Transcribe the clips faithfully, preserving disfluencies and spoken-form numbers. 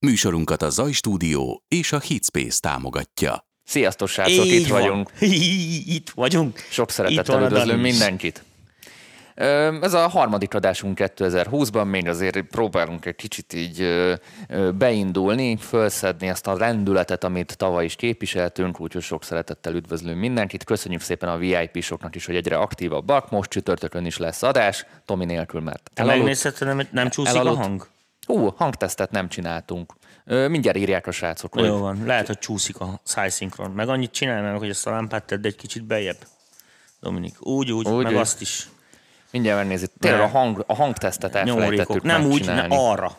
Műsorunkat a Zaj Stúdió és a Hitspace támogatja. Sziasztok, srácok, itt van. vagyunk. Itt vagyunk. Sok szeretettel üdvözlöm mindenkit. Ez a harmadik adásunk kétezer-húszban, még azért próbálunk egy kicsit így beindulni, fölszedni ezt a lendületet, amit tavaly is képviseltünk, úgyhogy sok szeretettel üdvözlünk mindenkit. Köszönjük szépen a vé i pé-soknak is, hogy egyre aktívabbak. Most csütörtökön is lesz adás, Tomi nélkül, mert Te megnézted, hogy nem, nem csúszik elaludt. A hang? Hú, hangtesztet nem csináltunk. Mindjárt írják a srácok, hogy... Jó van, lehet, hogy csúszik a szájszinkron. Meg annyit csinálnának, hogy ezt a lámpát tedd egy kicsit beljebb. Dominik, úgy, úgy, úgy meg úgy. Azt is. Mindjárt megnézzük. Tényleg a, hang, a hangtesztet elfelejtettük nem megcsinálni. Nem úgy, ne arra.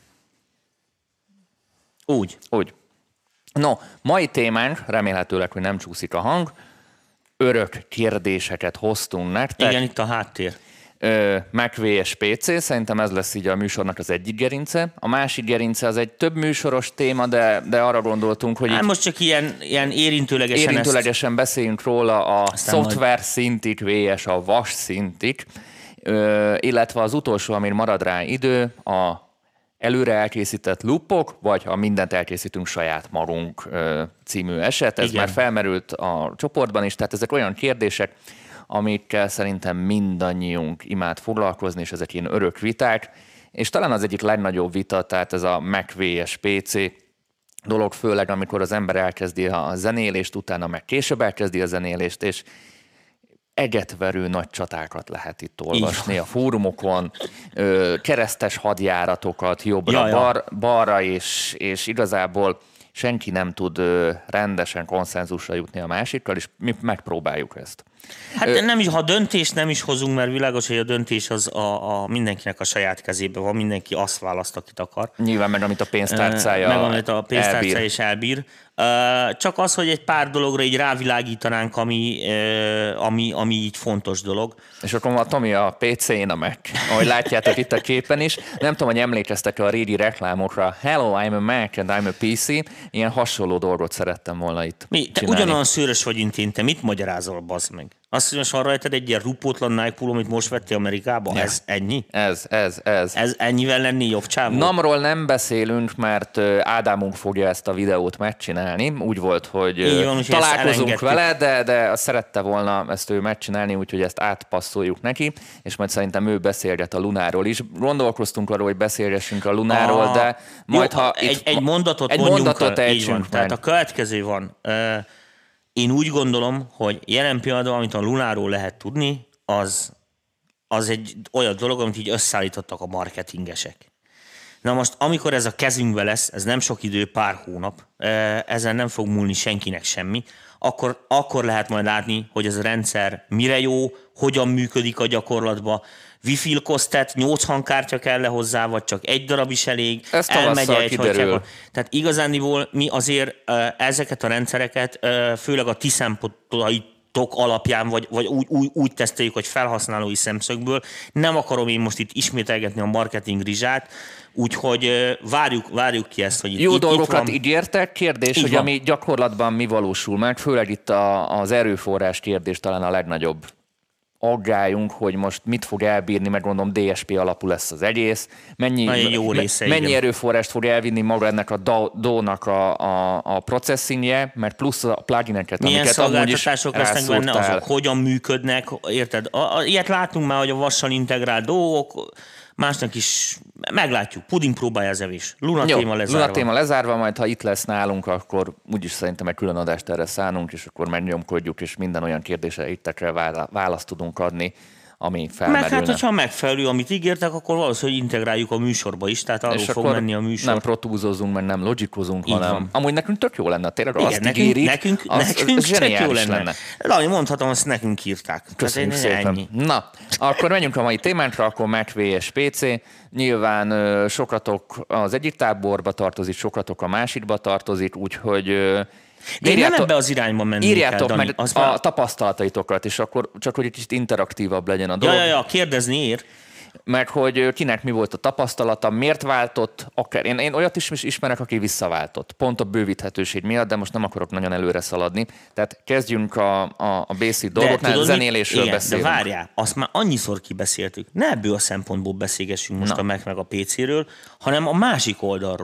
Úgy. Úgy. No, mai témánk, remélhetőleg, hogy nem csúszik a hang, örök kérdéseket hoztunk nektek. Igen, itt a háttér. Mac versus pé cé, szerintem ez lesz így a műsornak az egyik gerince. A másik gerince az egy több műsoros téma, de, de arra gondoltunk, hogy... Hát most csak ilyen, ilyen érintőlegesen... Érintőlegesen ezt... beszéljünk róla a szoftver majd... szintig versus a vas szintig, illetve az utolsó, amin marad rá idő, a előre elkészített loopok, vagy ha mindent elkészítünk saját magunk című eset. Ez Igen. már felmerült a csoportban is, tehát ezek olyan kérdések, amikkel szerintem mindannyiunk imád foglalkozni, és ezek ilyen örök viták, és talán az egyik legnagyobb vita, tehát ez a Mac versus pé cé dolog, főleg amikor az ember elkezdi a zenélést, utána meg később elkezdi a zenélést, és egetverő nagy csatákat lehet itt olvasni Igen. a fórumokon, keresztes hadjáratokat jobbra, ja, ja. Bar, balra, és, és igazából senki nem tud rendesen konszenzusra jutni a másikkal, és mi megpróbáljuk ezt. Hát Ö... nem is, ha döntést nem is hozunk, mert világos, hogy a döntés az a, a mindenkinek a saját kezében van, mindenki azt választ, akit akar. Nyilván meg, amit a pénztárcája Meg, amit a pénztárcája elbír. is elbír. Csak az, hogy egy pár dologra így rávilágítanánk, ami, ami, ami így fontos dolog. És akkor a Tomi a pé cé, én a Mac. Ahogy látjátok itt a képen is. Nem tudom, hogy emlékeztek a régi reklámokra. Hello, I'm a Mac and I'm a pé cé. Ilyen hasonló dolgot szerettem volna itt Mi? Te csinálni. Ugyanolyan szőrös vagy, mint én. Te mit magyarázol, bazd meg? Azt, hogy most van rajtad egy ilyen rupótlan Nike puló, amit most vettél Amerikába? Ja. Ez ennyi? Ez, ez, ez. Ez ennyivel lenni jobb csávó? Namról nem beszélünk, mert Ádámunk fogja ezt a videót megcsinálni. Úgy volt, hogy van, találkozunk vele, de, de szerette volna ezt ő megcsinálni, úgyhogy ezt átpasszoljuk neki, és majd szerintem ő beszélget a Lunáról is. Gondolkoztunk arról, hogy beszélgessünk a Lunáról, a... de majd Jó, ha... Egy, itt egy mondatot egy mondjunk, mondatot el, így van. Tehát a következő van... Én úgy gondolom, hogy jelen pillanatban, amit a Lunáról lehet tudni, az, az egy olyan dolog, amit így összeállítottak a marketingesek. Na most, amikor ez a kezünkbe lesz, ez nem sok idő, pár hónap, ezen nem fog múlni senkinek semmi, akkor, akkor lehet majd látni, hogy ez a rendszer mire jó, hogyan működik a gyakorlatban, Wi-Fi-kosztet, nyolc hangkártya kell le hozzá, vagy csak egy darab is elég, ezt elmegy egy, kiderül. Hogy tehát igazániból mi azért ezeket a rendszereket, főleg a ti szempontaitok alapján, vagy, vagy úgy, úgy, úgy teszteljük, hogy felhasználói szemszögből, nem akarom én most itt ismételgetni a marketing rizsát, úgyhogy várjuk, várjuk ki ezt, hogy itt, jó itt, dolgokat itt van. ígértek, kérdés, Így hogy van. ami gyakorlatban mi valósul meg, főleg itt a, az erőforrás kérdés talán a legnagyobb aggályunk, hogy most mit fog elbírni, meg gondolom dé es pé alapú lesz az egész, mennyi, jó része, mennyi igen. erőforrást fog elvinni maga ennek a dé á vé-nak a, a, a processzingje, mert plusz a plugineket, milyen amiket amúgy is szolgáltatások lesznek benne, azok hogyan működnek, érted? A, a, ilyet látunk már, hogy a vassal integrált dolgok, másnak is meglátjuk. Puding próbálja az evés. Luna Jó, téma lezárva. Luna téma lezárva, majd ha itt lesz nálunk, akkor úgyis szerintem egy külön adást erre szánunk, és akkor megnyomkodjuk, és minden olyan kérdésre ittekre választ tudunk adni, ami felmerülne. Meg hát, hogyha megfelelő, amit ígértek, akkor valószínűleg integráljuk a műsorba is, tehát arról és fog menni a műsor. Nem protúzózunk, meg nem logikozunk, Így hanem van. amúgy nekünk tök jó lenne, tényleg Igen, azt nekünk, ígérik, nekünk, az, nekünk az tök jó lenne. lenne. Lani, mondhatom, azt nekünk írták. Köszönjük Tehát szépen. Ennyi. Na, akkor menjünk a mai témánkra, akkor Mac versus pé cé. Nyilván ö, sokatok az egyik táborba tartozik, sokatok a másikba tartozik, úgyhogy... Ö, Én nem ebbe az irányba mennék írjátok el, Dani. meg Az a már... tapasztalataitokat, és akkor csak, hogy egy kicsit interaktívabb legyen a dolog. Ja, ja, ja, kérdezni ér. Meg hogy kinek mi volt a tapasztalata, miért váltott, akár én, én olyat is ismerek, aki visszaváltott, pont a bővíthetőség miatt, de most nem akarok nagyon előre szaladni. Tehát kezdjünk a, a, a basic dolgoknál, zenélésről igen, beszélünk. De várjál, azt már annyiszor kibeszéltük. Ne ebből a szempontból beszélgessünk most Na. a Mac meg a pé céről, hanem a másik oldalról.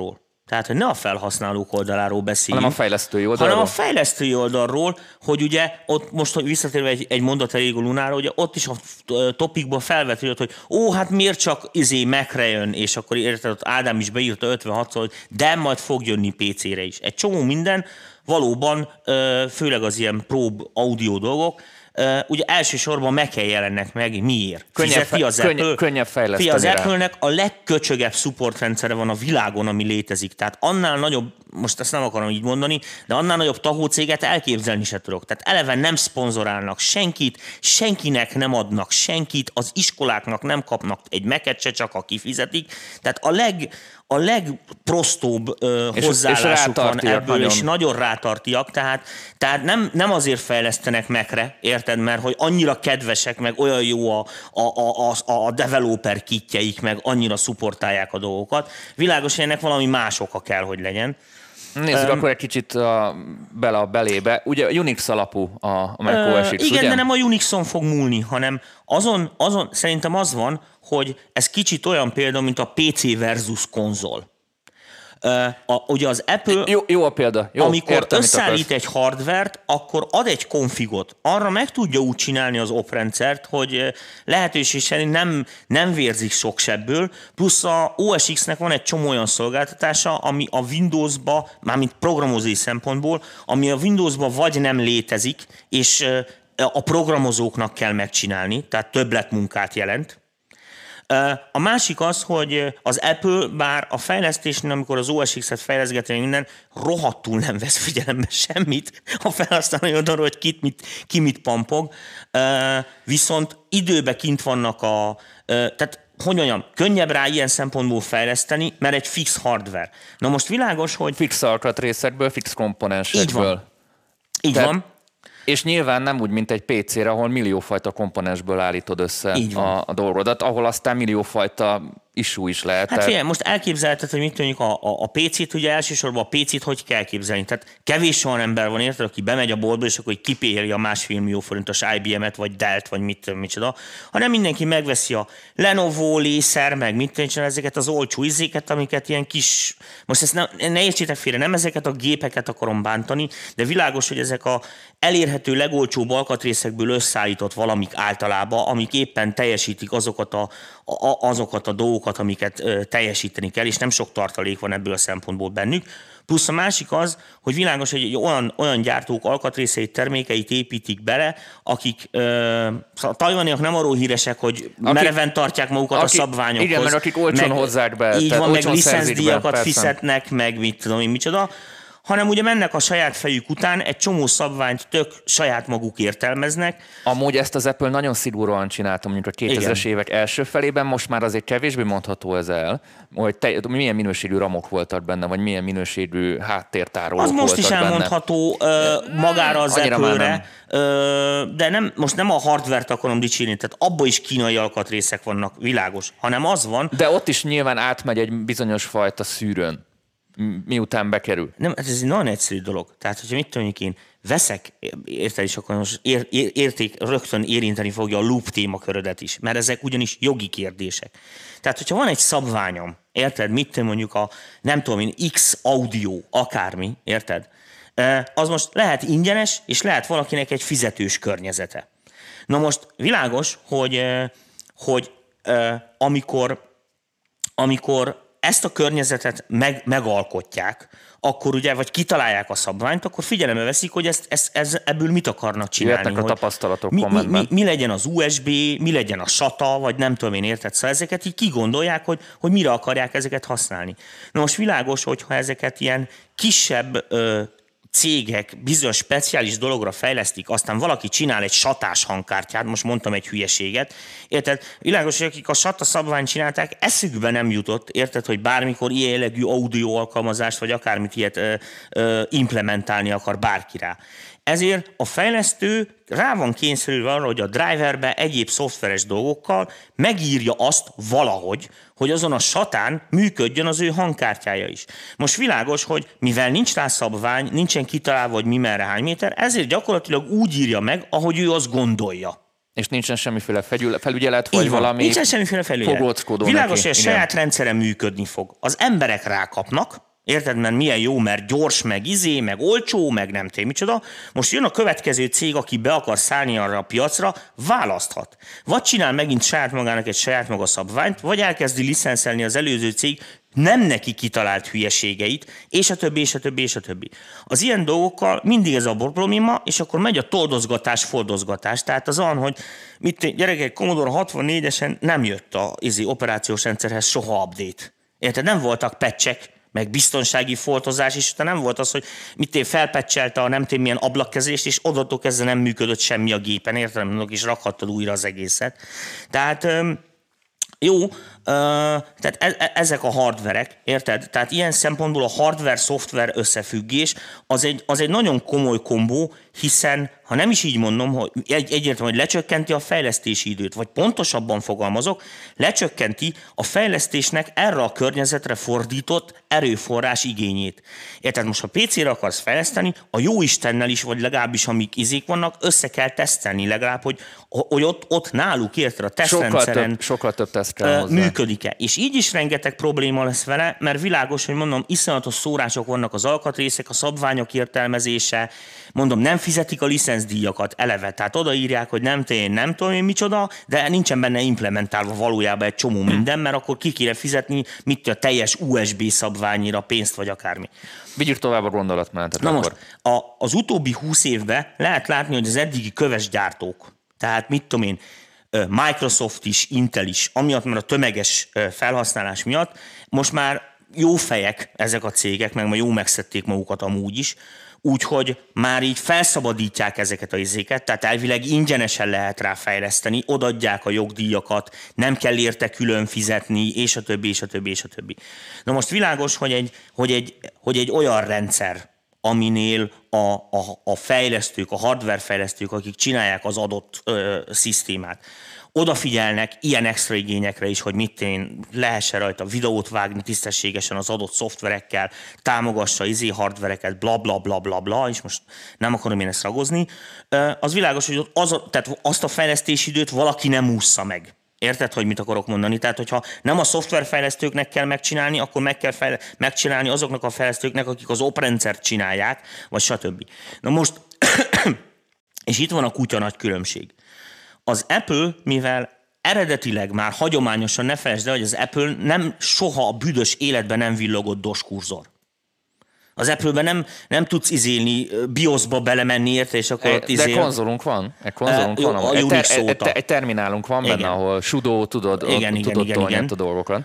Tehát, hogy ne a felhasználók oldaláról beszéljünk, hanem a fejlesztői oldalról. hanem a fejlesztői oldalról, hogy ugye ott most, hogy visszatérve egy, egy mondat elég a Lunára, ugye ott is a topikban felvetődött, hogy ó, hát miért csak izé Mac-re jön, és akkor érted, ott Ádám is beírta ötvenhatszor, hogy de majd fog jönni pé cére is. Egy csomó minden, valóban, főleg az ilyen prób audio dolgok, Uh, ugye elsősorban Mac-en jelennek meg. Miért? Könnyebb, Fizeti az könny- Apple. könnyebb fejleszteni Fia, az rá. Apple-nek a legköcsögebb supportrendszere van a világon, ami létezik. Tehát annál nagyobb, most ezt nem akarom így mondani, de annál nagyobb tahócéget elképzelni se tudok. Tehát eleve nem szponzorálnak senkit, senkinek nem adnak senkit, az iskoláknak nem kapnak egy Mac-et se, csak aki fizetik. Tehát a leg... a legprostóbb uh, hozzáállásuk van ebből, nagyon. És nagyon rátartiak, tehát, tehát nem, nem azért fejlesztenek Mac-re, érted, mert hogy annyira kedvesek, meg olyan jó a, a, a, a, a developer kitjeik, meg annyira szupportálják a dolgokat. Világos, hogy ennek valami más oka kell, hogy legyen. Nézzük um, akkor egy kicsit a, bele a belébe. Ugye Unix alapú a, a macOS X, igen, ugye? De nem a Unixon fog múlni, hanem azon, azon szerintem az van, hogy ez kicsit olyan példa, mint a pé cé versus konzol. Uh, a, ugye az Apple, jó, jó a példa. Jó, amikor értem, összeállít egy hardvert, akkor ad egy konfigot. Arra meg tudja úgy csinálni az oprendszert, hogy lehetőség szerint nem, nem vérzik sok sebből, plusz a o es iksz-nek van egy csomó olyan szolgáltatása, ami a Windowsba, mármint programozói szempontból, ami a Windowsba vagy nem létezik, és a programozóknak kell megcsinálni, tehát többletmunkát jelent. A másik az, hogy az Apple bár a fejlesztésnél, amikor az o es iksz-et fejleszgeti minden, rohadtul nem vesz figyelembe semmit a felhasználói oldalról, hogy kit, mit, ki mit pampog, viszont időbe kint vannak a... Tehát hogy mondjam, könnyebb rá ilyen szempontból fejleszteni, mert egy fix hardware. Na most világos, hogy... Fix alkatrészekből, fix komponensekből. Így van. Így Tehát... van. És nyilván nem úgy, mint egy pé cére, ahol milliófajta komponensből állítod össze a, a dolgodat, ahol aztán milliófajta issue is lehet. Hát figyelj, most elképzelheted, hogy mit mondjuk a, a, a pé cét, ugye elsősorban a pé cét hogy kell képzelni. Tehát kevés olyan ember van, érted, aki bemegy a boltba, és akkor kipéheli a másfél millió forintos i bé em-et, vagy Dell-t, vagy mit, micsoda, hanem mindenki megveszi a Lenovo, Laser, meg mit tudom, ezeket az olcsó izzéket, amiket ilyen kis, most ezt ne, ne értsétek félre, nem ezeket a gépeket akarom bántani, de világos, hogy ezek a elérhető legolcsóbb alkatrészekből összeállított valamik általában, amik éppen teljesítik azokat a, a, azokat a dolgokat, amiket ö, teljesíteni kell, és nem sok tartalék van ebből a szempontból bennük. Plusz a másik az, hogy világos, hogy egy olyan, olyan gyártók alkatrészeit, termékeit építik bele, akik ö, a tajvaniak nem arról híresek, hogy akik, mereven tartják magukat akik, a szabványokhoz. Igen, mert akik olcsón meg, hozzák be. Így van, meg licencdíjakat be, fizetnek, meg mit tudom én micsoda, hanem ugye mennek a saját fejük után, egy csomó szabványt tök saját maguk értelmeznek. Amúgy ezt az Apple nagyon szigorúan csinálta, mondjuk a kétezres évek első felében, most már azért kevésbé mondható ez el, hogy te, milyen minőségű ramok voltak benne, vagy milyen minőségű háttértárolók voltak benne. Az most is elmondható uh, magára az Apple-re, uh, de nem, most nem a hardware-t akarom dicsérni, tehát abban is kínai alkatrészek vannak, világos, hanem az van. De ott is nyilván átmegy egy bizonyos fajta szűrőn, miután bekerül. Nem, ez egy nagyon egyszerű dolog. Tehát, hogyha mit tudjuk én, veszek, érted is, akkor most ér, ér, érték, rögtön érinteni fogja a loop témakörödet is, mert ezek ugyanis jogi kérdések. Tehát, hogyha van egy szabványom, érted, mit mondjuk a, nem tudom én, X audio, akármi, érted, az most lehet ingyenes, és lehet valakinek egy fizetős környezete. Na most világos, hogy, hogy amikor, amikor ezt a környezetet meg, megalkotják, akkor ugye, vagy kitalálják a szabványt, akkor figyelembe veszik, hogy ezt, ezt, ez, ebből mit akarnak csinálni. Jöttek a tapasztalatok mi, mi, mi, mi legyen az u es bé, mi legyen a SATA, vagy nem tudom én, érted? Szóval ezeket így kigondolják, hogy, hogy mire akarják ezeket használni. Na most világos, hogyha ezeket ilyen kisebb ö, cégek bizonyos speciális dologra fejlesztik, aztán valaki csinál egy satás hangkártyát, most mondtam egy hülyeséget, érted? Világos, hogy akik a sata szabványt csinálták, eszükbe nem jutott, érted, hogy bármikor ilyen jellegű audio alkalmazást, vagy akármit ilyet ö, ö, implementálni akar bárki rá. Ezért a fejlesztő rá van kényszerülve arra, hogy a driverbe egyéb szoftveres dolgokkal megírja azt valahogy, hogy azon a satán működjön az ő hangkártyája is. Most világos, hogy mivel nincs rá szabvány, nincsen kitalálva, hogy mi merre hány méter, ezért gyakorlatilag úgy írja meg, ahogy ő azt gondolja. És nincsen semmiféle felügyelet, vagy van, valami nincsen semmiféle felügyelet. Világos, neki. hogy a saját rendszeren működni fog. Az emberek rákapnak, Érted? Mert milyen jó, mert gyors, meg izé, meg olcsó, meg nem tudom micsoda. Most jön a következő cég, aki be akar szállni arra a piacra, választhat. Vagy csinál megint saját magának egy saját maga szabványt, vagy elkezdi licenszelni az előző cég nem neki kitalált hülyeségeit, és a többi, és a többi, és a többi. Az ilyen dolgokkal mindig ez a probléma, és akkor megy a toldozgatás, fordozgatás. Tehát az olyan, hogy mit, gyerekek, Commodore hatvannégyesen nem jött a izi operációs rendszerhez soha update. Érted? Nem voltak patchek, meg biztonsági foltozás, és utána nem volt az, hogy mit én felpecselte a nem tudom milyen ablakkezést, és odattól kezdve nem működött semmi a gépen, értem, és rakhattad újra az egészet. Tehát jó, tehát ezek a hardverek, érted? Tehát ilyen szempontból a hardware-szoftver összefüggés az egy, az egy nagyon komoly kombó, hiszen, ha nem is így mondom, hogy egy, egyértelműen, hogy lecsökkenti a fejlesztési időt, vagy pontosabban fogalmazok, lecsökkenti a fejlesztésnek erre a környezetre fordított erőforrás igényét. Érted? Most, ha pé cére akarsz fejleszteni, a jó Istennel is, vagy legalábbis amik izék vannak, össze kell tesztelni legalább, hogy, hogy ott, ott náluk, érted, a tesztrendszeren több, sokkal több teszt kell hozzá. Működik-e. És így is rengeteg probléma lesz vele, mert világos, hogy mondom, iszonyatos szórások vannak az alkatrészek, a szabványok értelmezése, mondom, nem fizetik a licencdíjakat eleve, tehát odaírják, hogy nem én nem tudom én micsoda, de nincsen benne implementálva valójában egy csomó minden, mert akkor ki kéne fizetni, mit a teljes u es bé szabványira pénzt, vagy akármi. Vigyük tovább a gondolatmenetet. Na akkor. most, a, az utóbbi húsz évben lehet látni, hogy az eddigi köves gyártók, tehát mit tudom én, Microsoft is, Intel is, amiatt, mert a tömeges felhasználás miatt most már jó fejek ezek a cégek, meg ma jó megszedték magukat amúgy is, úgyhogy már így felszabadítják ezeket a izéket, tehát elvileg ingyenesen lehet rá fejleszteni, odaadják a jogdíjakat, nem kell érte külön fizetni, és a többi, és a többi, és a többi. Na most világos, hogy egy, hogy egy, hogy egy olyan rendszer, aminél a, a, a fejlesztők, a hardware fejlesztők, akik csinálják az adott ö, szisztémát, odafigyelnek ilyen extra igényekre is, hogy mit én lehessen rajta videót vágni tisztességesen az adott szoftverekkel, támogassa izé hardvereket, bla bla bla bla bla, és most nem akarom én ezt ragozni. Az világos, hogy az a, tehát azt a fejlesztési időt valaki nem ússza meg. Érted, hogy mit akarok mondani? Tehát, hogyha nem a szoftverfejlesztőknek kell megcsinálni, akkor meg kell fejle- megcsinálni azoknak a fejlesztőknek, akik az oprendszert csinálják, vagy stb. Na most, és itt van a kutya nagy különbség. Az Apple, mivel eredetileg már hagyományosan, ne felejtsd el, hogy az Apple nem soha a büdös életben nem villogott dos kurzor. Az Apple-ben nem, nem tudsz izélni, BIOS-ba belemenni, érte, és akkor ott izél... De konzolunk van. Egy konzolunk e, van. A egy, ter, egy, egy, egy terminálunk van benne, igen. Ahol sudo tudod, igen, igen, tudod igen, tolni igen. a dolgokat.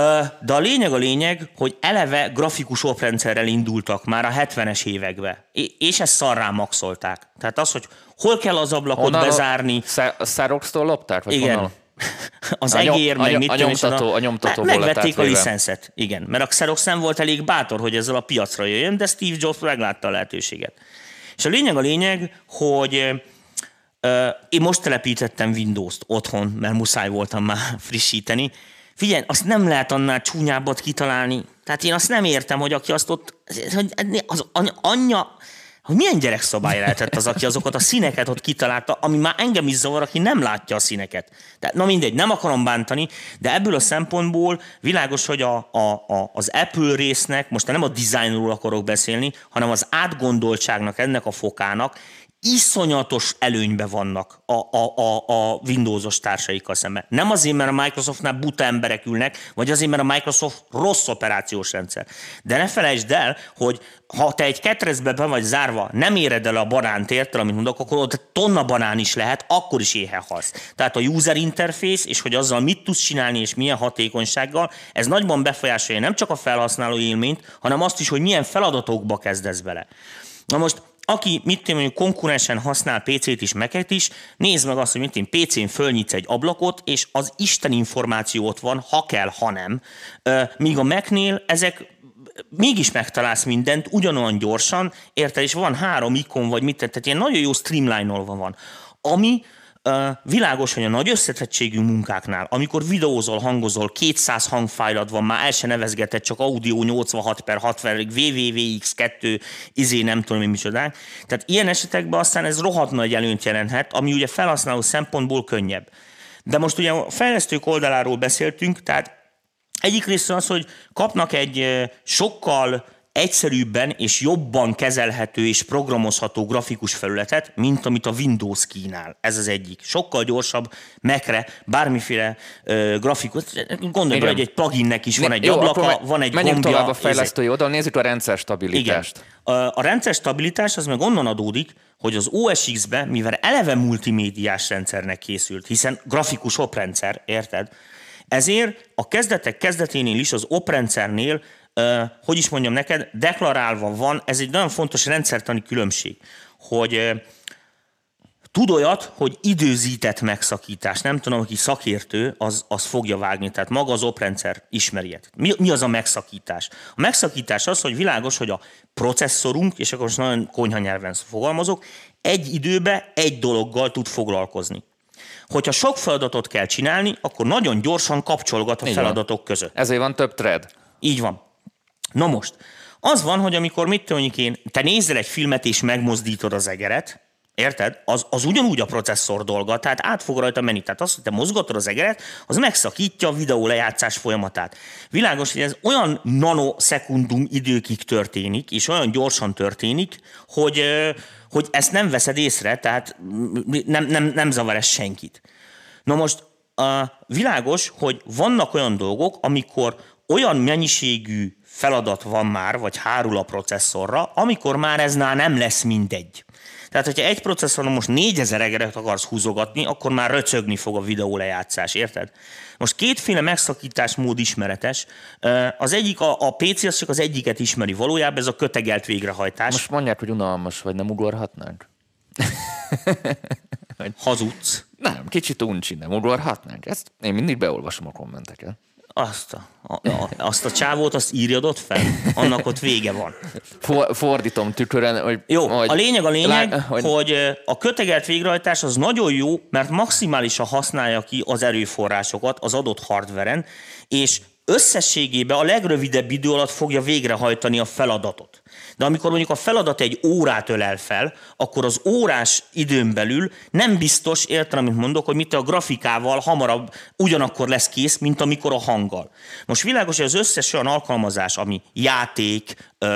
De a lényeg a lényeg, hogy eleve grafikus oprendszerrel indultak már a hetvenes években, és ezt szarrá maxolták. Tehát az, hogy hol kell az ablakot honnan bezárni... A Xerox-tól lopták? Vagy igen. honnan? Az a egér, nyom, meg a, mit a nyomtató, a nyomtató megvették a licenszet, igen. Mert a Xerox nem volt elég bátor, hogy ezzel a piacra jöjjön, de Steve Jobs meglátta a lehetőséget. És a lényeg a lényeg, hogy uh, én most telepítettem Windows-t otthon, mert muszáj voltam már frissíteni. Figyelj, azt nem lehet annál csúnyábbat kitalálni. Tehát én azt nem értem, hogy aki azt ott, hogy az anyja, hogy milyen gyerekszobály lehetett az, aki azokat a színeket ott kitalálta, ami már engem is zavar, aki nem látja a színeket. Tehát, na mindegy, nem akarom bántani, de ebből a szempontból világos, hogy a, a, a, az Apple résznek, most nem a dizájnról akarok beszélni, hanem az átgondoltságnak, ennek a fokának iszonyatos előnybe vannak a, a, a, a Windowsos társaikkal szemben. Nem azért, mert a Microsoftnál buta emberek ülnek, vagy azért, mert a Microsoft rossz operációs rendszer. De ne felejtsd el, hogy ha te egy ketrecbe be vagy zárva, nem éred el a banánt, érted, amit mondok, akkor ott tonna banán is lehet, akkor is éhen halsz. Tehát a user interface, és hogy azzal mit tudsz csinálni, és milyen hatékonysággal, ez nagyban befolyásolja nem csak a felhasználó élményt, hanem azt is, hogy milyen feladatokba kezdesz bele. Na most, aki mit tudom, mondjuk konkurensen használ pé cét is, Mac-et is, nézd meg azt, hogy mit tudom, pé cén fölnyitsz egy ablakot, és az Isten információ ott van, ha kell, ha nem. Míg a Mac-nél ezek mégis megtalálsz mindent, ugyanolyan gyorsan, érted, és van három ikon, vagy mit, tehát ilyen nagyon jó streamline-olva van. Ami Uh, világos, hogy a nagy összetettségű munkáknál, amikor videózol, hangozol, kétszáz hangfájlad van, már el se nevezgetett, csak audio nyolcvanhat per hatvan, dupla vé dupla iksz kettő, izé nem tudom én micsodák. Tehát ilyen esetekben aztán ez rohadt nagy előnyt jelenthet, ami ugye felhasználó szempontból könnyebb. De most ugye a fejlesztők oldaláról beszéltünk, tehát Egyik része az, hogy kapnak egy sokkal egyszerűbben és jobban kezelhető és programozható grafikus felületet, mint amit a Windows kínál. Ez az egyik. Sokkal gyorsabb Mac-re bármiféle uh, grafikus. Gondolj bele, hogy egy pluginnek is van egy Jó, ablaka, van egy menjünk gombja. Tovább a fejlesztői oldalon, nézzük a rendszer stabilitást. Igen. A rendszer stabilitás az meg onnan adódik, hogy az o es iksz-be, mivel eleve multimédiás rendszernek készült, hiszen grafikus oprendszer, érted? Ezért a kezdetek kezdeténél is az oprendszernél, uh, hogy is mondjam neked, deklarálva van, ez egy nagyon fontos rendszertani különbség, hogy uh, tud olyat, hogy időzített megszakítás. Nem tudom, aki szakértő, az, az fogja vágni. Tehát maga az oprendszer ismeri. Mi, mi az a megszakítás? A megszakítás az, hogy világos, hogy a processzorunk, és akkor most nagyon konyha nyelven fogalmazok, egy időbe egy dologgal tud foglalkozni. Hogyha sok feladatot kell csinálni, akkor nagyon gyorsan kapcsolgat a Így feladatok van. között. Ezért van több thread. Így van. Na most, az van, hogy amikor mit tudjuk én, te nézel egy filmet és megmozdítod az egeret, érted? Az, az ugyanúgy a processzor dolga, tehát át fog rajta menni. Tehát az, hogy te mozgatod az egeret, az megszakítja a videó lejátszás folyamatát. Világos, hogy ez olyan nanoszekundum időkig történik, és olyan gyorsan történik, hogy, hogy ezt nem veszed észre, tehát nem, nem, nem zavar ez senkit. Na most a világos, hogy vannak olyan dolgok, amikor olyan mennyiségű feladat van már, vagy hárul a processzorra, amikor már ez már nem lesz mindegy. Tehát, hogyha egy processzoron most négyezer egeret akarsz húzogatni, akkor már röcögni fog a videó lejátszás, érted? Most kétféle megszakításmód ismeretes. Az egyik, a, a pé cé az csak az egyiket ismeri valójában, ez a kötegelt végrehajtás. Most mondják, hogy unalmas vagy, nem ugorhatnánk? Hazudsz. Nem, kicsit uncsi, nem ugorhatnánk. Ezt én mindig beolvasom a kommenteket. Azt a, a, a, azt a csávót, azt írjad ott fel, annak ott vége van. For, fordítom tükrön, hogy... Jó, hogy, a lényeg a lényeg, lá, hogy... hogy a kötegelt végrehajtás az nagyon jó, mert maximálisan használja ki az erőforrásokat az adott hardveren, és összességében a legrövidebb idő alatt fogja végrehajtani a feladatot. De amikor mondjuk a feladat egy órát ölel fel, akkor az órás időn belül nem biztos, értem, amit mondok, hogy mit a grafikával hamarabb ugyanakkor lesz kész, mint amikor a hanggal. Most világos, hogy az összes olyan alkalmazás, ami játék,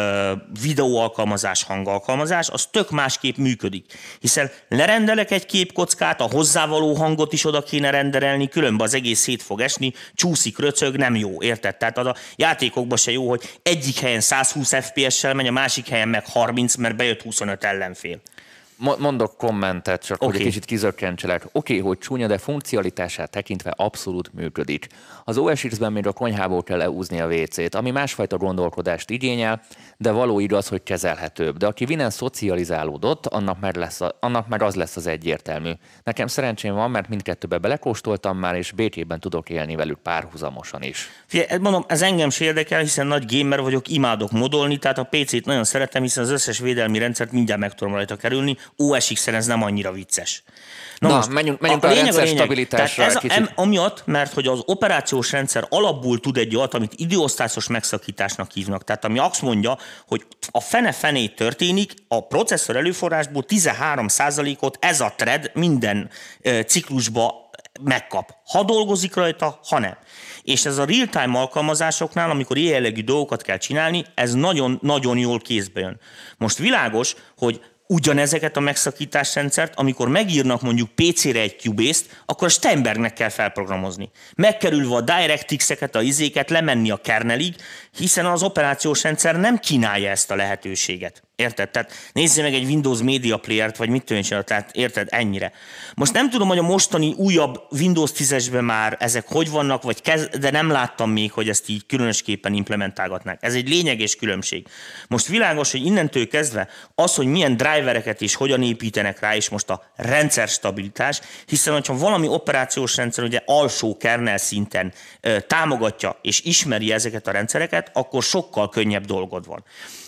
videóalkalmazás, hangalkalmazás, az tök másképp működik. Hiszen lerendelek egy képkockát, a hozzávaló hangot is oda kéne rendelni, különben az egész szét fog esni, csúszik, röcög, nem jó, érted? Tehát az a játékokban se jó, hogy egyik helyen száz húsz ef pé es-sel megy, a másik helyen meg harminc, mert bejött huszonöt ellenfél. Mondok kommentet, csak okay. hogy egy kicsit kizökkentselek. Oké, okay, hogy csúnya, de funkcionalitását tekintve abszolút működik. Az o es iksz-ben még a konyhából kell leúzni a vé cét, ami másfajta gondolkodást igényel, de való igaz, hogy kezelhetőbb. De aki innen szocializálódott, annak már, lesz a, annak már az lesz az egyértelmű. Nekem szerencsém van, mert mindkettőbe belekóstoltam már, és békében tudok élni velük párhuzamosan is. Figyelj, mondom, ez engem sem érdekel, hiszen nagy gamer vagyok, imádok modolni, tehát a pé cét nagyon szeretem, hiszen az összes védelmi rendszert mindjárt meg tudom rajta kerülni. o es iksz-en ez nem annyira vicces. Na, Na most, menjünk, menjünk a, a rendszer stabilitásra. Ez a, amiatt, mert hogy az operációs rendszer alapból tud egy olyat, amit időosztásos megszakításnak hívnak. Tehát ami azt mondja, hogy a fene-fenét történik, a processzor előforrásból tizenhárom százalékot ez a thread minden uh, ciklusba megkap. Ha dolgozik rajta, ha nem. És ez a real-time alkalmazásoknál, amikor ilyen jellegű dolgokat kell csinálni, ez nagyon-nagyon jól kézbe jön. Most világos, hogy ugyanezeket a megszakításrendszert, amikor megírnak mondjuk pé cére egy Cubase-t, akkor a Steinbergnek kell felprogramozni. Megkerülve a DirectX-eket, a izéket, lemenni a kernelig, hiszen az operációs rendszer nem kínálja ezt a lehetőséget. Érted? Tehát nézzél meg egy Windows Media Player-t, vagy mit tudom, tehát érted, ennyire. Most nem tudom, hogy a mostani újabb Windows tízesben már ezek hogy vannak, vagy kez, de nem láttam még, hogy ezt így különösképpen implementálgatnák. Ez egy lényeges különbség. Most világos, hogy innentől kezdve az, hogy milyen drivereket is hogyan építenek rá, és most a rendszer stabilitás, hiszen hogyha valami operációs rendszer ugye alsó kernel szinten ö, támogatja és ismeri ezeket a rendszereket, akkor sokkal könnyebb dolgod van.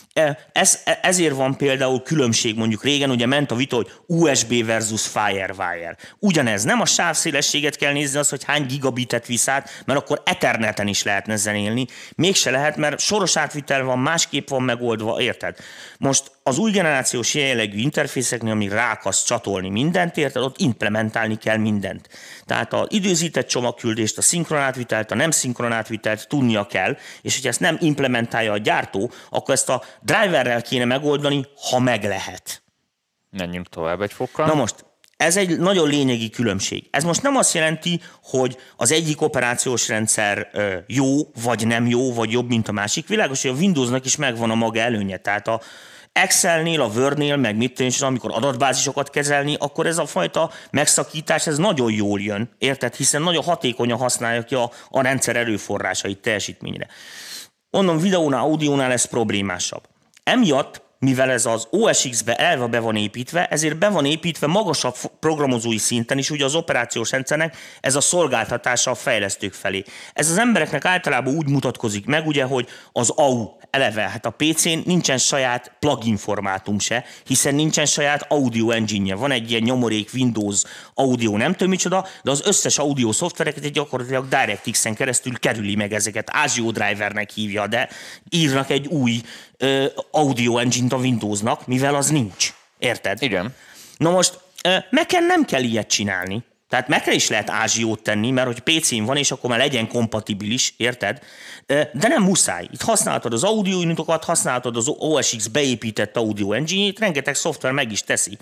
Ez, ezért van például különbség, mondjuk régen ugye ment a vita, hogy u es bé versus Firewire. Ugyanez, nem a sávszélességet kell nézni, az, hogy hány gigabitet visz át, mert akkor Etherneten is lehetne zenélni. Mégse lehet, mert soros átvitel van, másképp van megoldva, érted? Most az új generációs jellegű interfészeknél, ami rákasz csatolni mindent, érted, ott implementálni kell mindent. Tehát az időzített csomagküldést, a szinkronátvitelt, a nem szinkronátvitelt tudnia kell, és hogyha ezt nem implementálja a gyártó, akkor ezt a driverrel kéne megoldani, ha meg lehet. Menjünk tovább egy fokkal. Na most, ez egy nagyon lényegi különbség. Ez most nem azt jelenti, hogy az egyik operációs rendszer jó, vagy nem jó, vagy jobb, mint a másik. Világos, hogy a Windowsnak is megvan a maga előnye. Tehát a Excelnél, a Wordnél, meg mit tudom, amikor adatbázisokat kezelni, akkor ez a fajta megszakítás, ez nagyon jól jön, érted? Hiszen nagyon hatékonyan használja ki a, a rendszer erőforrásait teljesítményre. Mondom, videónál, audiónál ez problémásabb. Emiatt, mivel ez az o es iksz-be elve be van építve, ezért be van építve magasabb programozói szinten is, ugye az operációs rendszernek ez a szolgáltatása a fejlesztők felé. Ez az embereknek általában úgy mutatkozik meg, ugye, hogy az á u eleve, hát a pé cén nincsen saját plugin formátum se, hiszen nincsen saját audio engine-je. Van egy ilyen nyomorék Windows audio, nem tudom micsoda, de az összes audio szoftvereket gyakorlatilag DirectX-en keresztül kerüli meg ezeket. Asio drivernek hívja, de írnak egy új uh, audio engine-t a Windowsnak, mivel az nincs. Érted? Igen. Na most uh, Mac-en nem kell ilyet csinálni. Tehát Mac-re is lehet ázsiót tenni, mert hogy pé cén van, és akkor már legyen kompatibilis, érted? De nem muszáj. Itt használhatod az audio unitokat, használhatod az o es iksz beépített audio engine-ét, rengeteg szoftver meg is teszi.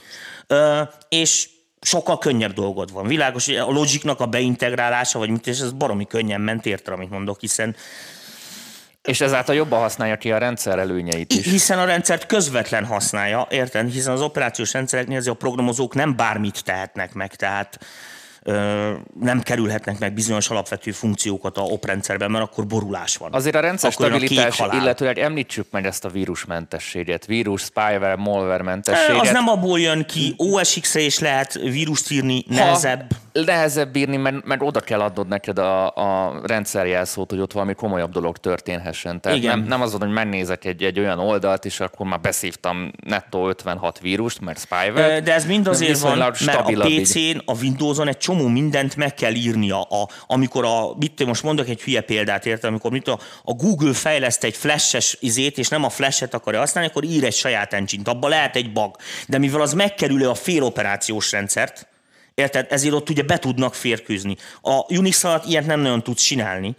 És sokkal könnyebb dolgod van. Világos, hogy a Logicnak a beintegrálása, vagy mit, és ez baromi könnyen ment, érted, amit mondok, hiszen és ezáltal jobban használja ki a rendszer előnyeit is. Hiszen a rendszert közvetlen használja, érted? Hiszen az operációs rendszereknél a programozók nem bármit tehetnek meg, tehát ö, nem kerülhetnek meg bizonyos alapvető funkciókat a oprendszerben, mert akkor borulás van. Azért a rendszer akkor stabilitás, a illetőleg említsük meg ezt a vírusmentességet, vírus, spyware, malware mentességet. Az nem abból jön ki, o es iksz-re is lehet vírust írni, nehezebb. Ha nehezebb írni, mert, mert oda kell adnod neked a, a rendszerjelszót, hogy ott valami komolyabb dolog történhessen. Tehát nem, nem az, hogy megnézek egy, egy olyan oldalt, és akkor már beszívtam nettó ötvenhat vírust, mert spyware. De ez mind azért van, mert a pé cén, a Windowson egy csomó mindent meg kell írnia. A, amikor a, mit most mondok egy hülye példát, értem, amikor mit a, a Google fejleszt egy flash-es izét, és nem a flash-et akarja használni, akkor ír egy saját engine-t. Abban lehet egy bug. De mivel az megkerülő a fél operációs rendszert, érted? Ezért ott ugye be tudnak férkőzni. A Unix alatt ilyet nem nagyon tudsz csinálni,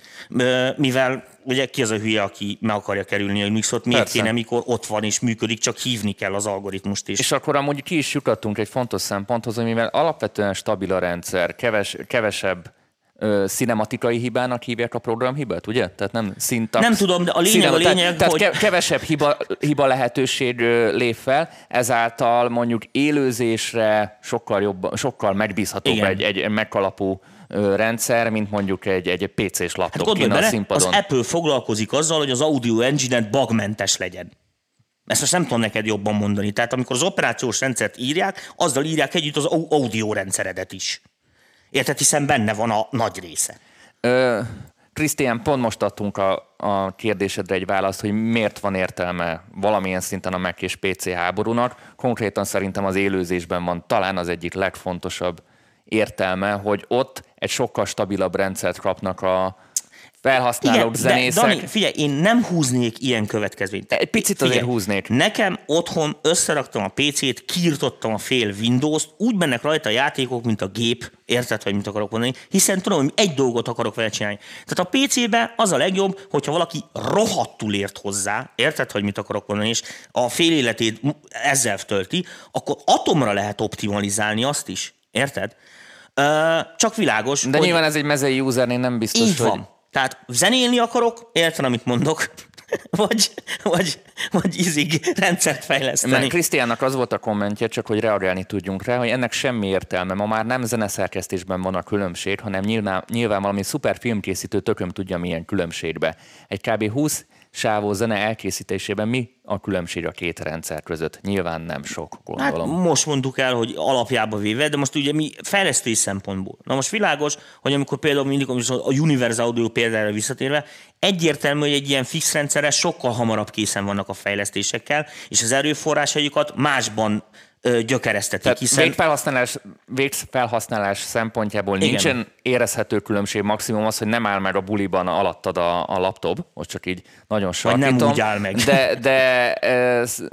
mivel ugye ki az a hülye, aki meg akarja kerülni a Unixot, miért kéne, mikor ott van és működik, csak hívni kell az algoritmust is. És akkor amúgy ki is jutottunk egy fontos szemponthoz, hogy mivel alapvetően stabil a rendszer, keves, kevesebb ö, cinematikai hibának hívják a programhibát, ugye? Tehát nem szintax. Nem tudom, de a lényeg cinema, a lényeg, tehát, hogy... Tehát kevesebb hiba, hiba lehetőség lép fel, ezáltal mondjuk élőzésre sokkal, jobb, sokkal megbízhatóbb egy, egy megkalapú rendszer, mint mondjuk egy, egy pé cés laptop hát kín a színpadon. Az Apple foglalkozik azzal, hogy az audio engine-et bugmentes legyen. Ezt most nem tudom neked jobban mondani. Tehát amikor az operációs rendszert írják, azzal írják együtt az audio rendszeredet is. Érted, hiszen benne van a nagy része. Krisztián, pont most adtunk a, a kérdésedre egy választ, hogy miért van értelme valamilyen szinten a Mac és pé cé háborúnak. Konkrétan szerintem az élőzésben van talán az egyik legfontosabb értelme, hogy ott egy sokkal stabilabb rendszert kapnak a felhasználók, igen, zenészek. De Dani, figyelj, én nem húznék ilyen következményt. Egy picit figyelj, azért húznék. Nekem otthon összeraktam a pé cét, kiirtottam a fél Windows-t, úgy mennek rajta a játékok, mint a gép, érted, hogy mit akarok mondani, hiszen tudom, hogy egy dolgot akarok vele csinálni. Tehát a pé cébe az a legjobb, hogyha valaki rohadtul ért hozzá, érted, hogy mit akarok mondani, és a fél életét ezzel tölti, akkor atomra lehet optimalizálni azt is, érted? Csak világos. De hogy nyilván ez egy mezei usernél nem biztos, így hogy... van. Tehát zenélni akarok, érted, amit mondok, vagy, vagy, vagy ízig rendszert fejleszteni. Krisztiánnak az volt a kommentje, csak hogy reagálni tudjunk rá, hogy ennek semmi értelme. Ma már nem zeneszerkesztésben van a különbség, hanem nyilván, nyilván valami szuper filmkészítő tököm tudja milyen különbségbe. Egy kb. húsz sávos zene elkészítésében mi a különbség a két rendszer között? Nyilván nem sok, gondolom. Hát most mondtuk el, hogy alapjába véve, de most ugye mi fejlesztői szempontból. Na most világos, hogy amikor például mindig a Universal Audio példára visszatérve, egyértelmű, hogy egy ilyen fix rendszerre sokkal hamarabb készen vannak a fejlesztésekkel, és az erőforrásaikat másban gyökeresztetik, hiszen... Végfelhasználás, végfelhasználás szempontjából igen, nincsen érezhető különbség, maximum az, hogy nem áll meg a buliban alattad a, a laptop, most csak így nagyon sarkítom. Vagy nem úgy áll meg. De, de ez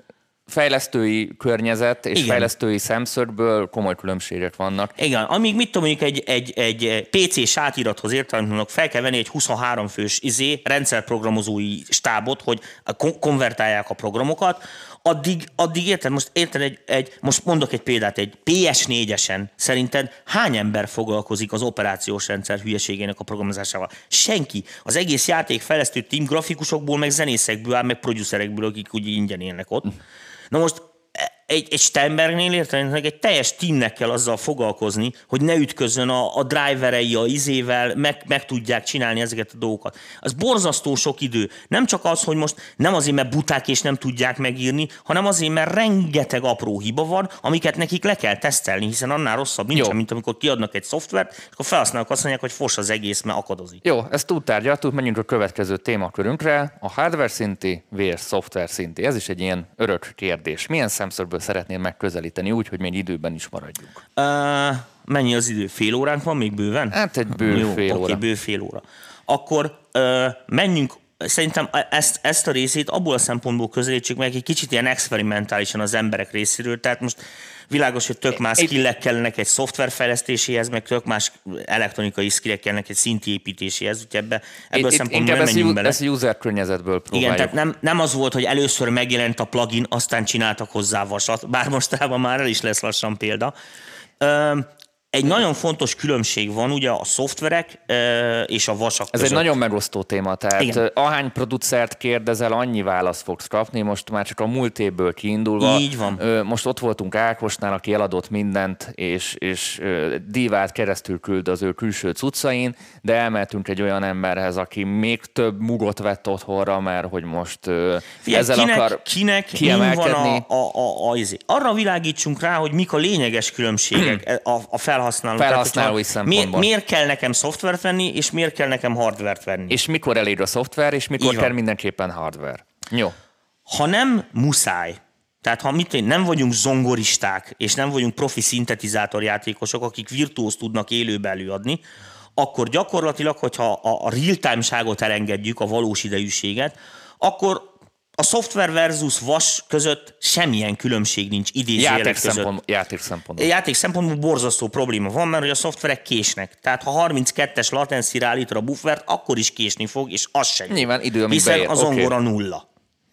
fejlesztői környezet és Igen. fejlesztői szemszögből komoly különbségek vannak. Igen, amíg mit tudom, mondjuk egy, egy, egy pé cés átirathoz értelemben fel kell venni egy huszonhárom fős izé, rendszerprogramozói stábot, hogy konvertálják a programokat, addig, addig érted, most érted, egy, egy, most mondok egy példát, egy pé es négyesen szerinted hány ember foglalkozik az operációs rendszer hülyeségének a programozásával? Senki. Az egész játékfejlesztő team grafikusokból, meg zenészekből áll, meg producerekből, akik úgy ingyen élnek ott. Na most egy, egy Steinbergnél értelemben egy teljes teamnek kell azzal foglalkozni, hogy ne ütközzön a, a driverei, a izével, meg, meg tudják csinálni ezeket a dolgokat. Az borzasztó sok idő. Nem csak az, hogy most nem azért, mert buták és nem tudják megírni, hanem azért, mert rengeteg apró hiba van, amiket nekik le kell tesztelni, hiszen annál rosszabb nincsen, mint amikor kiadnak egy szoftvert, és akkor felhasználók azt mondják, hogy fos az egész, mert akadozik. Jó, ezt túltárgyaltuk, menjünk a következő témakörünkre, a hardware szinti versus szoftver szinti. Ez is egy ilyen örök kérdés. Milyen szemszögből szeretnél megközelíteni úgy, hogy még időben is maradjunk? Uh, mennyi az idő? Fél óránk van még bőven? Hát egy bő Jó, fél óra. Oké, bő fél óra. Akkor uh, menjünk, szerintem ezt, ezt a részét abból a szempontból közelítsük meg egy kicsit ilyen experimentálisan az emberek részéről, tehát most világos, hogy tök más skillek kellenek egy szoftverfejlesztéséhez, meg tök más elektronikai skillek kellenek egy szinti építéséhez, úgyhogy ebbe, ebből a szempontból nem menjünk bele. Ezt user környezetből próbáljuk. Igen, tehát nem, nem az volt, hogy először megjelent a plugin, aztán csináltak hozzá vasat, bár mostában már el is lesz lassan példa. Egy nagyon fontos különbség van ugye a szoftverek és a vasak Ez között. egy nagyon megosztó téma, tehát igen. Ahány producert kérdezel, annyi választ fogsz kapni, most már csak a múlt évből kiindulva. Így van. Most ott voltunk Ákosnál, aki eladott mindent, és, és divát keresztül küld az ő külső cuccain, de elmentünk egy olyan emberhez, aki még több mugot vett otthonra, mert hogy most Figyelj, ezzel kinek, akar kinek kiemelkedni. Van a, a, a, a, a, arra világítsunk rá, hogy mik a lényeges különbségek a, a felhasználó. Felhasználói szempontból. Mi, miért kell nekem szoftvert venni, és miért kell nekem hardvert venni? És mikor elég a szoftver, és mikor kell mindenképpen hardware. Jó. Ha nem muszáj, tehát ha mit, nem vagyunk zongoristák, és nem vagyunk profi szintetizátorjátékosok, akik virtuóz tudnak élőben előadni, akkor gyakorlatilag, hogyha a, a real-time-ságot elengedjük, a valós idejűséget, akkor a szoftver versus vas között semmilyen különbség nincs idézőjelek között. Szempont, játék szempontból. Játék szempontból borzasztó probléma van, mert hogy a szoftverek késnek. Tehát ha harminckettes latencyre állítod a buffert, akkor is késni fog, és az sem. Nyilván idő, amíg hiszen beér. a zongora Okay. nulla.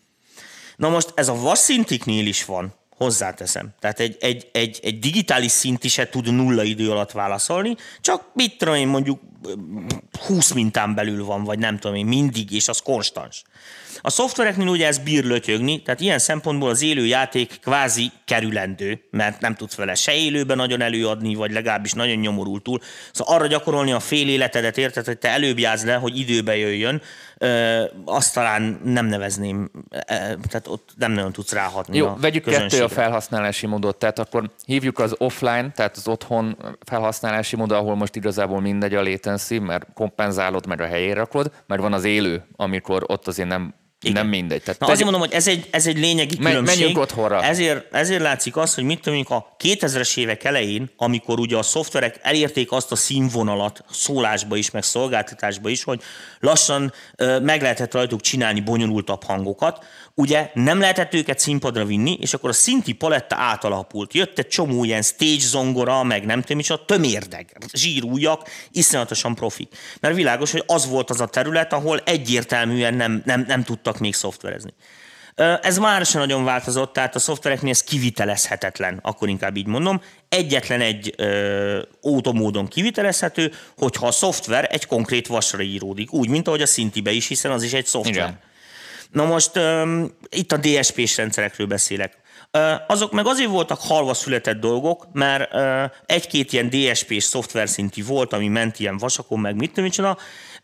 Na most ez a vas szintiknél is van, hozzáteszem. Tehát egy, egy, egy, egy digitális szinti se tud nulla idő alatt válaszolni, csak mit tudom én, mondjuk húsz mintán belül van, vagy nem tudom én, mindig, és az konstans. A szoftvereknél ugye ez bír lötyögni, tehát ilyen szempontból az élő játék kvázi kerülendő, mert nem tudsz vele se élőben nagyon előadni, vagy legalábbis nagyon nyomorultul. Szóval arra gyakorolni a fél életedet, érted, hogy te előbb játsz le, hogy időbe jöjjön, ö, azt talán nem nevezném, ö, tehát ott nem nagyon tudsz ráhatni. Jó, a vegyük közönségre. kettő a felhasználási módot, tehát akkor hívjuk az offline, tehát az otthon felhasználási mód, ahol most igazából mindegy a latency, mert kompenzálod, meg a helyére rakod, mert van az élő, amikor ott azért nem Igen. Nem mindegy. Tehát Na tegy... azért mondom, hogy ez egy, ez egy lényegi különbség. Menjünk otthonra. Ezért, ezért látszik az, hogy mit tudom, a kétezres évek elején, amikor ugye a szoftverek elérték azt a színvonalat szólásba is, meg szolgáltatásba is, hogy lassan ö, meg lehetett rajtuk csinálni bonyolultabb hangokat, ugye nem lehetett őket színpadra vinni, és akkor a szinti paletta átalapult. Jött egy csomó ilyen stage zongora, meg nem tudom is, a tömérdeg, zsírújak, iszonyatosan profi. Mert világos, hogy az volt az a terület, ahol egyértelműen nem, nem, nem tudtak még szoftverezni. Ez már sem nagyon változott, tehát a szoftvereknél ez kivitelezhetetlen, akkor inkább így mondom. Egyetlen egy ö, automódon kivitelezhető, hogyha a szoftver egy konkrét vasra íródik, úgy, mint ahogy a szintibe is, hiszen az is egy szoftver. Igen. Na most um, itt a dé es pés rendszerekről beszélek. Uh, azok meg azért voltak halva született dolgok, mert uh, egy-két ilyen dé es pés szoftver szinti volt, ami ment ilyen vasakon, meg mit tudom, uh,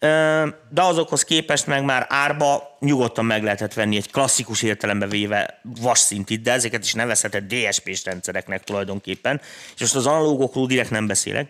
de azokhoz képest meg már árba nyugodtan meg lehetett venni egy klasszikus értelembe véve vas szintit, de ezeket is nevezhetett dé es pés rendszereknek tulajdonképpen, és most az analógokról direkt nem beszélek.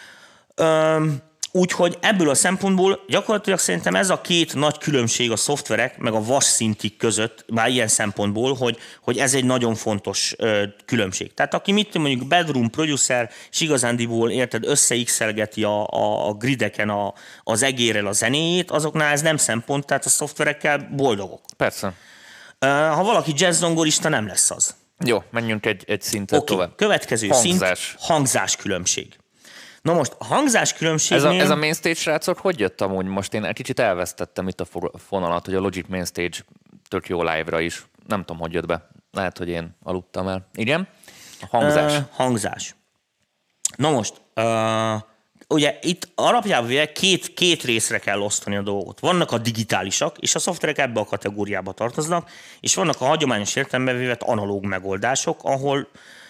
Uh, Úgyhogy ebből a szempontból gyakorlatilag szerintem ez a két nagy különbség a szoftverek meg a vas szintik között, már ilyen szempontból, hogy, hogy ez egy nagyon fontos ö, különbség. Tehát aki mit mondjuk bedroom producer, és igazándiból érted, összeixelgeti a, a, a grideken a, az egérrel a zenéjét, azoknál ez nem szempont, tehát a szoftverekkel boldogok. Persze. Ha valaki jazz-zongorista, nem lesz az. Jó, menjünk egy, egy szintet okay. tovább. Következő hangzás. szint, hangzás különbség. Na most a hangzás különbségnél... Ez a, ez a Mainstage srácok hogy jött amúgy? Most én egy kicsit elvesztettem itt a fonalat, hogy a Logic Mainstage tök jó live-ra is. Nem tudom, hogy jött be. Lehet, hogy én aludtam el. Igen? A hangzás. Uh, hangzás. Na most, uh, ugye itt alapjában két, két részre kell osztani a dolgot. Vannak a digitálisak, és a szoftverek ebbe a kategóriába tartoznak, és vannak a hagyományos értelemben vévett analóg megoldások, ahol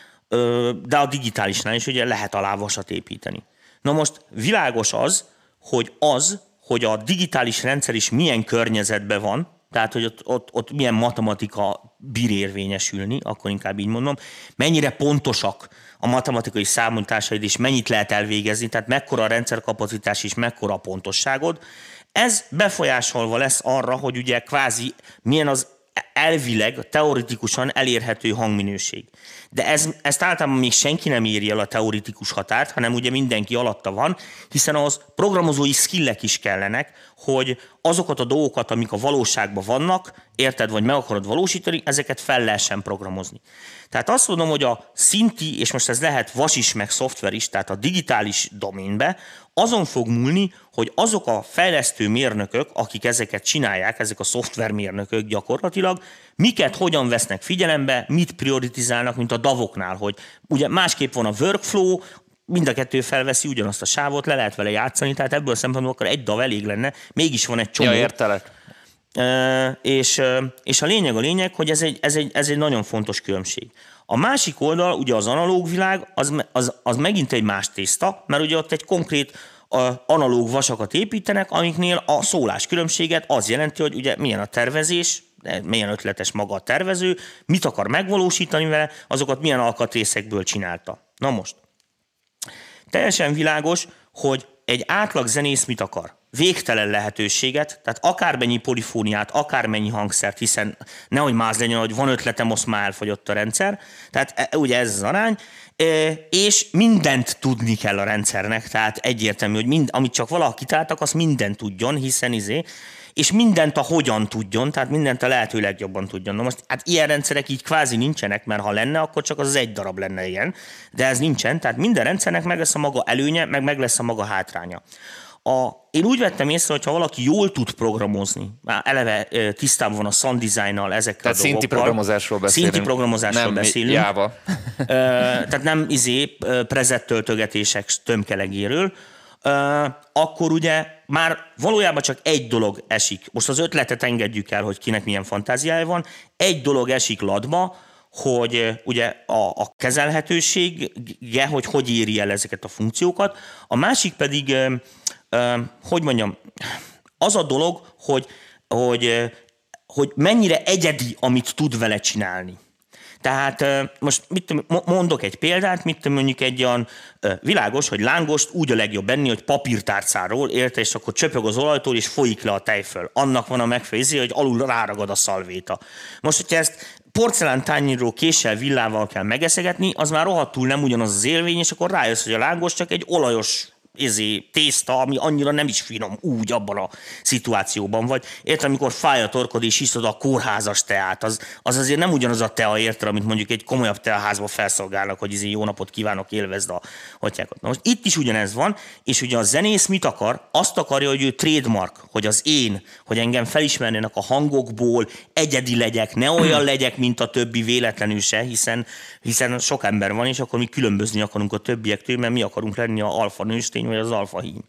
de a digitálisnál is ugye lehet alá vasat építeni. Na most világos az, hogy az, hogy a digitális rendszer is milyen környezetben van, tehát hogy ott, ott, ott milyen matematika bír érvényesülni, akkor inkább így mondom, mennyire pontosak a matematikai számításaid és mennyit lehet elvégezni, tehát mekkora a rendszerkapacitás és mekkora a pontosságod, ez befolyásolva lesz arra, hogy ugye kvázi milyen az elvileg, teoretikusan elérhető hangminőség. De ez, ezt általában még senki nem éri el a teoretikus határt, hanem ugye mindenki alatta van, hiszen az programozói skillek is kellenek, hogy azokat a dolgokat, amik a valóságban vannak, érted, vagy meg akarod valósítani, ezeket fel lehessen programozni. Tehát azt mondom, hogy a szinti, és most ez lehet vas is, meg szoftver is, tehát a digitális doménbe, azon fog múlni, hogy azok a fejlesztő mérnökök, akik ezeket csinálják, ezek a szoftvermérnökök gyakorlatilag, miket hogyan vesznek figyelembe, mit prioritizálnak, mint a davoknál, hogy ugye másképp van a workflow, mind a kettő felveszi ugyanazt a sávot, le lehet vele játszani, tehát ebből a szempontból akkor egy dav elég lenne, mégis van egy csomó. Ja, értelek. Uh, és, uh, és a lényeg a lényeg, hogy ez egy, ez, egy, ez egy nagyon fontos különbség. A másik oldal, ugye az analóg világ, az, az, az megint egy más tészta, mert ugye ott egy konkrét uh, analóg vasakat építenek, amiknél a szólás különbséget az jelenti, hogy ugye milyen a tervezés, milyen ötletes maga a tervező, mit akar megvalósítani vele, azokat milyen alkatrészekből csinálta. Na most, teljesen világos, hogy egy átlag zenész mit akar? Végtelen lehetőséget, tehát akármennyi polifóniát, akármennyi hangszert, hiszen nehogy máz legyen, hogy van ötletem, azt már elfogyott a rendszer, tehát ugye ez az arány, és mindent tudni kell a rendszernek, tehát egyértelmű, hogy mind, amit csak valaki kitáltak, azt mindent tudjon, hiszen izé, és mindent a hogyan tudjon, tehát mindent a lehető legjobban tudjon. Na most, hát ilyen rendszerek így kvázi nincsenek, mert ha lenne, akkor csak az, az egy darab lenne ilyen, de ez nincsen, tehát minden rendszernek meg lesz a maga előnye, meg meg lesz a maga hátránya. A, én úgy vettem észre, hogy ha valaki jól tud programozni, már eleve tisztában van a sound designnal ezekkel tehát a dolgokkal. Szinti programozásról beszélünk. Szinti programozásról nem beszélünk. Jáva. Tehát nem izé prezett töltögetések tömkelegéről. Akkor ugye már valójában csak egy dolog esik. Most az ötletet engedjük el, hogy kinek milyen fantáziája van. Egy dolog esik ladba, hogy ugye a, a kezelhetősége, hogy hogy éri el ezeket a funkciókat. A másik pedig, hogy mondjam, az a dolog, hogy, hogy, hogy mennyire egyedi, amit tud vele csinálni. Tehát most mit mondok egy példát, mit mondjuk egy olyan világos, hogy lángost úgy a legjobb enni, hogy papírtárcáról, érte, és akkor csöpög az olajtól, és folyik le a tej föl. Annak van a megfejezé, hogy alul ráragad a szalvéta. Most, hogyha ezt porcelántányérról késsel, villával kell megeszegetni, az már rohadtul nem ugyanaz az élmény, és akkor rájössz, hogy a lángos csak egy olajos ezé, tészta, ami annyira nem is finom úgy abban a szituációban vagy. Érted, amikor fáj a torkod és iszod a kórházas teát, az, az azért nem ugyanaz a tea, érted, amit mondjuk egy komolyabb teaházba felszolgálnak, hogy izé, jó napot kívánok, élvezd a hotyákat. Na most itt is ugyanez van, és ugye a zenész mit akar? Azt akarja, hogy ő trademark, hogy az én, hogy engem felismernének a hangokból, egyedi legyek, ne olyan legyek, mint a többi véletlenül se, hiszen, hiszen sok ember van, és akkor mi különbözni akarunk a többiektől, mert mi akarunk lenni a alfa nőstény, vagy az alfa hím.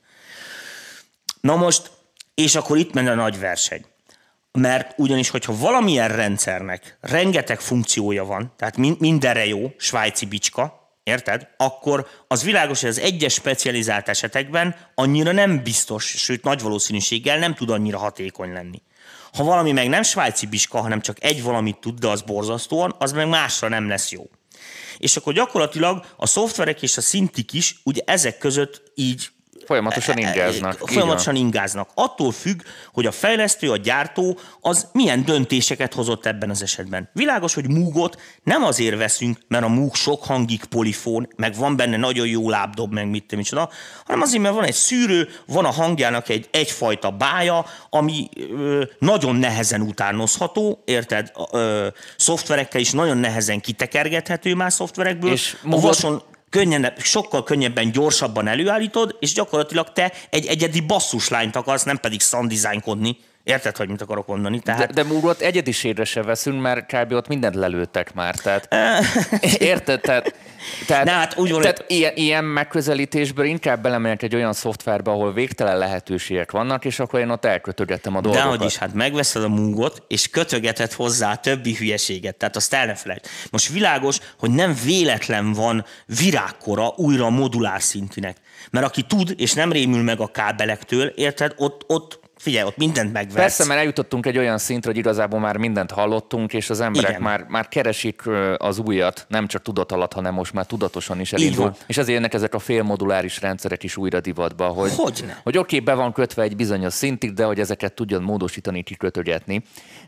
Na most, és akkor itt menne a nagy verseny. Mert ugyanis, hogyha valamilyen rendszernek rengeteg funkciója van, tehát mindenre jó, svájci bicska, érted? Akkor az világos, hogy az egyes specializált esetekben annyira nem biztos, sőt nagy valószínűséggel nem tud annyira hatékony lenni. Ha valami meg nem svájci bicska, hanem csak egy valamit tud, de az borzasztóan, az meg másra nem lesz jó. És akkor gyakorlatilag a szoftverek és a szintik is ugye ezek között így Folyamatosan ingáznak. Folyamatosan ingáznak. Attól függ, hogy a fejlesztő, a gyártó az milyen döntéseket hozott ebben az esetben. Világos, hogy Moogot nem azért veszünk, mert a Moog sok hangig polifón, meg van benne nagyon jó lábdob, meg mit micsoda, hanem azért, mert van egy szűrő, van a hangjának egy egyfajta bája, ami ö, nagyon nehezen utánozható, érted? Ö, szoftverekkel is nagyon nehezen kitekergethető más szoftverekből. És a vason könnyen, sokkal könnyebben, gyorsabban előállítod, és gyakorlatilag te egy egyedi basszuslányt akarsz, nem pedig sound designkodni. Érted, hogy mit akarok mondani? Tehát... De, de Moogot egyediségre se veszünk, mert kb. Ott mindent lelőttek már. Tehát, érted? Tehát, tehát, ne, hát úgy van, tehát ilyen, ilyen megközelítésből inkább belemegyek egy olyan szoftverbe, ahol végtelen lehetőségek vannak, és akkor én ott elkötögettem a dolgokat. Dehogy is, hát megveszed a Moogot, és kötögeted hozzá a többi hülyeséget. Tehát azt el ne felejt. Most világos, hogy nem véletlen van virágkora újra a modulár szintűnek. Mert aki tud, és nem rémül meg a kábelektől, érted, ott, ott figyelj, ott mindent megvesz. Persze, mert eljutottunk egy olyan szintre, hogy igazából már mindent hallottunk, és az emberek már, már keresik az újat, nem csak tudat alatt, hanem most már tudatosan is elindul. És ezért jönnek ezek a félmoduláris rendszerek is újra divatba, hogy, hogy, hogy oké, okay, be van kötve egy bizonyos szintig, de hogy ezeket tudjon módosítani, kikötögetni.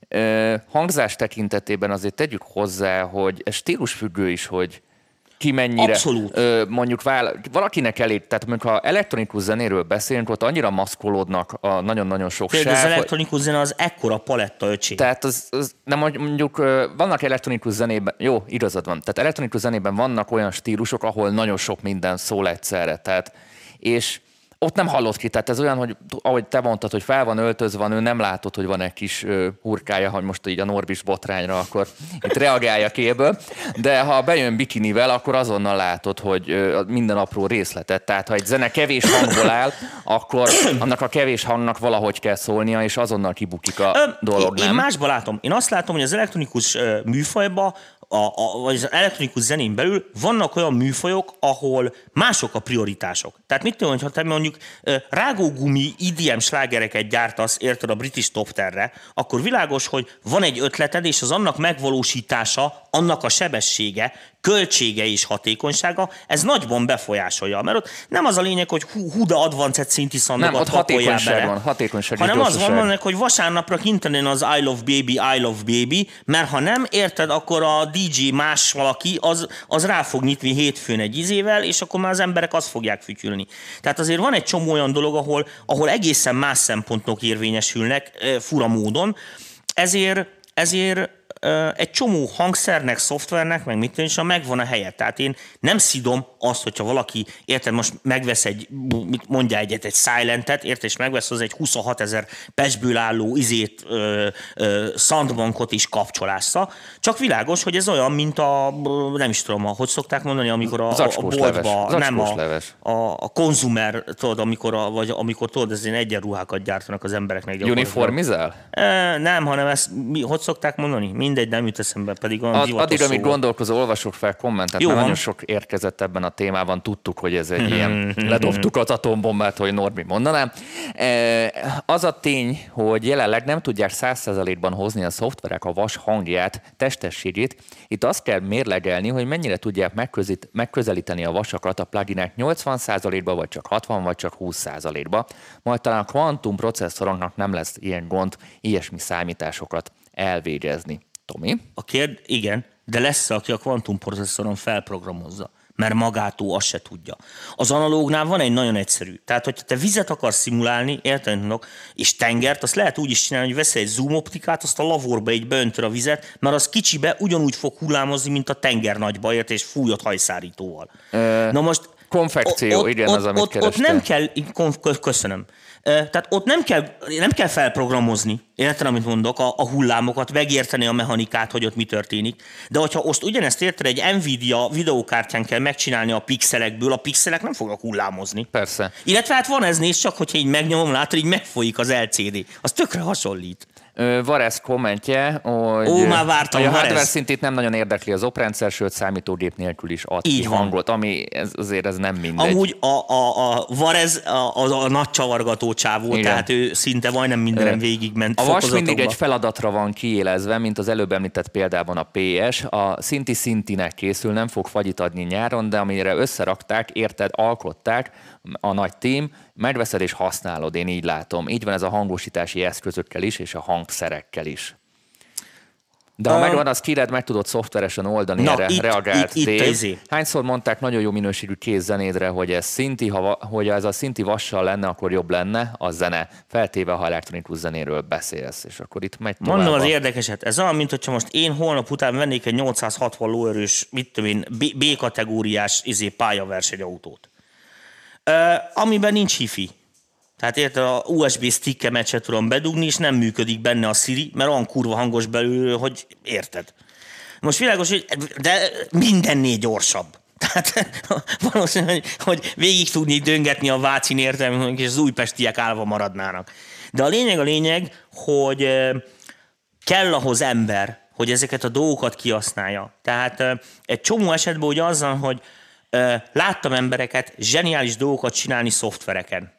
Hangzás tekintetében azért tegyük hozzá, hogy ez stílusfüggő is, hogy ki mennyire, Abszolút. Ö, mondjuk vála, valakinek elég, tehát mondjuk ha elektronikus zenéről beszélünk, ott annyira maszkolódnak a nagyon-nagyon sok Például sáv. az elektronikus zene az ekkora paletta, öcsém. Tehát az, az, nem mondjuk vannak elektronikus zenében, jó, igazad van, tehát elektronikus zenében vannak olyan stílusok, ahol nagyon sok minden szól egyszerre, tehát, és ott nem hallod ki, tehát ez olyan, hogy ahogy te mondtad, hogy fel van öltözve, ő nem látod, hogy van egy kis uh, hurkája, hogy most így a Norbis botrányra, akkor itt reagálja kéből, de ha bejön bikinivel, akkor azonnal látod, hogy uh, minden apró részletet, tehát ha egy zene kevés hangból áll, akkor annak a kevés hangnak valahogy kell szólnia, és azonnal kibukik a Ö, dolog, én, nem? Én másban látom. Én azt látom, hogy az elektronikus uh, műfajban, A, a, vagy az elektronikus zenén belül vannak olyan műfajok, ahol mások a prioritások. Tehát mit tudom, hogyha te mondjuk rágógumi I D M slágereket gyártasz, érted, a British Top Tenre, akkor világos, hogy van egy ötleted, és az annak megvalósítása, annak a sebessége, költsége és hatékonysága, ez nagyban befolyásolja. Mert ott nem az a lényeg, hogy hú, hú de advanced szintiszandokat pakoljál bele, van, hatékonyság hanem az van benne, hogy vasárnapra kintenén az I Love Baby, I Love Baby, mert ha nem, érted, akkor a dé dzsé más valaki, az, az rá fog nyitni hétfőn egy izével, és akkor már az emberek azt fogják fütyülni. Tehát azért van egy csomó olyan dolog, ahol, ahol egészen más szempontok érvényesülnek fura módon, ezért, ezért egy csomó hangszernek, szoftvernek, meg mit tűnés, megvan a helye. Tehát én nem szidom azt, hogyha valaki, érted, most megvesz egy, mondja egyet, egy Silentet, érted, és megvesz hozzá egy huszonhat ezer patchből álló izét, ö, ö, soundbankot is kapcsolásza. Csak világos, hogy ez olyan, mint a, nem is tudom, hogy szokták mondani, amikor a, a boltba, nem a, a, a konzumer, tudod, amikor, a, vagy amikor tudod, ez ilyen egyenruhákat gyártanak az embereknek. Uniformizál? E, nem, hanem ezt, mi, hogy szokták mondani? Mindegy, nem jut eszembe, pedig olyan divatos addig, szó. amíg gondolkozó, olvasok fel kommentet, mert nagyon sok érkezett ebben a témában, tudtuk, hogy ez egy ilyen ledobtuk az atombombát, hogy Norbi mondanám. Az a tény, hogy jelenleg nem tudják száz százalékban hozni a szoftverek a vas hangját, testességét. Itt azt kell mérlegelni, hogy mennyire tudják megközelíteni a vasakat a pluginek nyolcvan százalékba, vagy csak hatvan, vagy csak húsz százalékba. Majd talán a kvantum processzoroknak nem lesz ilyen gond, ilyesmi számításokat elvégezni. Tomi? A kérd, igen, de lesz, aki a kvantumprocesszoron felprogramozza, mert magától azt se tudja. Az analógnál van egy nagyon egyszerű. Tehát, hogyha te vizet akarsz szimulálni, érted, és tengert, azt lehet úgy is csinálni, hogy veszel egy zoom optikát, azt a lavorba így beöntöd a vizet, mert az kicsibe ugyanúgy fog hullámozni, mint a tenger nagyba, ért, és fújott hajszárítóval. Ö, Na most... konfekció, ott, igen, ott, az, amit ott, kerestél. ott nem kell, köszönöm. Tehát ott nem kell, nem kell felprogramozni, érted, amit mondok, a, a hullámokat, megérteni a mechanikát, hogy ott mi történik. De hogyha azt ugyanezt érted, egy Nvidia videókártyán kell megcsinálni a pixelekből, a pixelek nem fognak hullámozni. Persze. Illetve hát van ez, nézd csak, hogyha így megnyomom, látod, így megfolyik az el cé dé. Az tökre hasonlít. Varez kommentje, hogy Ó, már vártam, a Varez. hardware szintét nem nagyon érdekli az oprendszer, sőt számítógép nélkül is ad Így ki van. hangot, ami ez, azért ez nem mindegy. Amúgy a, a, a Varez a, a, a nagy csavargató csávó, Igen. tehát ő szinte majdnem mindenem végigment. A vas mindig egy feladatra van kiélezve, mint az előbb említett példában a pé es. A Szinti Szintinek készül, nem fog fagyit adni nyáron, de amire összerakták, érted, alkották a nagy tím, megveszed és használod, én így látom. Így van ez a hangosítási eszközökkel is, és a hangszerekkel is. De ha Um, megvan, az kired, meg tudod szoftveresen oldani, na, erre itt, reagált itt, itt Dave. izé. Hányszor mondták nagyon jó minőségű kézzenédre, hogy ez szinti, ha, hogy ez a szinti vassal lenne, akkor jobb lenne a zene, feltéve, ha elektronikus zenéről beszélsz, és akkor itt megy tovább. Mondom az érdekeset, ez olyan, mint hogyha most én holnap után vennék egy nyolcszázhatvan lóerős, mit tudom én, B-kategóriás izé, pályaversenyautót, uh, amiben nincs hifi. Tehát érted, a u es bé stickemet se tudom bedugni, és nem működik benne a Siri, mert olyan kurva hangos belül, hogy érted. Most világos, hogy de mindennél gyorsabb. Tehát valószínű, hogy, hogy végig tudni döngetni a Vácin értelmű, és az újpestiek állva maradnának. De a lényeg a lényeg, hogy kell ahhoz ember, hogy ezeket a dolgokat kihasználja. Tehát egy csomó esetben ugye azzal, hogy láttam embereket zseniális dolgokat csinálni szoftvereken.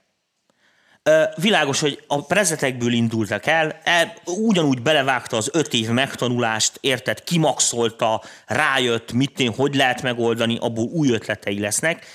Világos, hogy a prezetekből indultak el, el, ugyanúgy belevágta az öt év megtanulást, érted, kimaxolta, rájött, mit én, hogy lehet megoldani, abból új ötletei lesznek,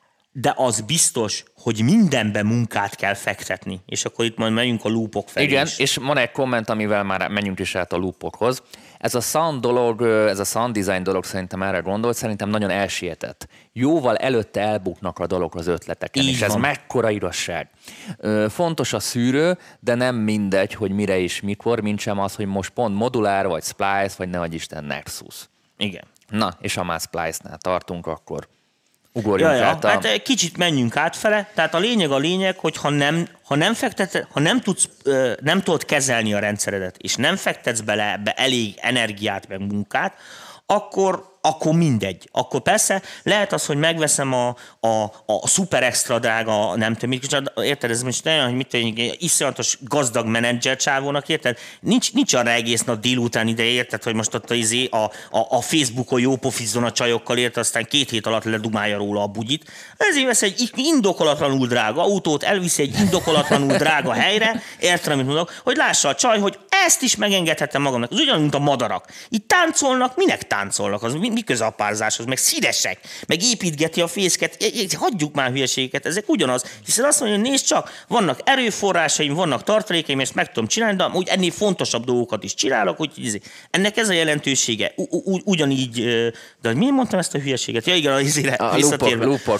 de az biztos, hogy mindenben munkát kell fektetni. És akkor itt majd megyünk a loopok felé. Igen, is. és van egy komment, amivel már menjünk is át a loopokhoz. Ez a sound dolog, ez a sound design dolog szerintem erre gondolt, szerintem nagyon elsietett. Jóval előtte elbuknak a dolog az ötleteken, Így és ez van. mekkora igazság. Fontos a szűrő, de nem mindegy, hogy mire és mikor, mint sem az, hogy most pont modulár, vagy Splice, vagy nehogy Isten Nexus. Igen. Na, és ha már Splice-nál tartunk, akkor ugorjunk ja, ja. át a... Hát kicsit menjünk átfele, tehát a lényeg a lényeg, hogy ha nem, ha nem fektet, ha nem tudsz, nem tudod kezelni a rendszeredet, és nem fektetsz bele ebbe elég energiát, meg munkát, akkor, akkor mindegy. Akkor persze lehet az, hogy megveszem a, a, a szuper extra drága, nem tudom, mit, érted, ez most olyan, hogy mit tudom, iszonyatos gazdag menedzser csávónak, érted? Nincs, nincs arra egész nap délután ideje, érted, hogy most ott a, a, a Facebookon jópofizzon a csajokkal, érted, aztán két hét alatt ledumálja róla a bugyit. Ezért vesz egy indokolatlanul drága autót, elviszi egy indokolatlanul drága helyre, érted, amit mondok, hogy lássa a csaj, hogy ezt is megengedhetem magamnak. Az ugyanúgy, mint a madarak. Itt táncolnak, minek táncolnak? Az mi köze a párzáshoz? Meg színesek, meg építgeti a fészket. Hagyjuk már hülyeségeket, ezek ugyanaz. Hiszen azt mondja, hogy nézd csak, vannak erőforrásaim, vannak tartalékaim, és meg tudom csinálni, de úgy ennél fontosabb dolgokat is csinálok, úgyhogy ennek ez a jelentősége. Ugyanígy, de miért mondtam ezt a hülyeséget? Ja igen, a visszatérve. Loopok,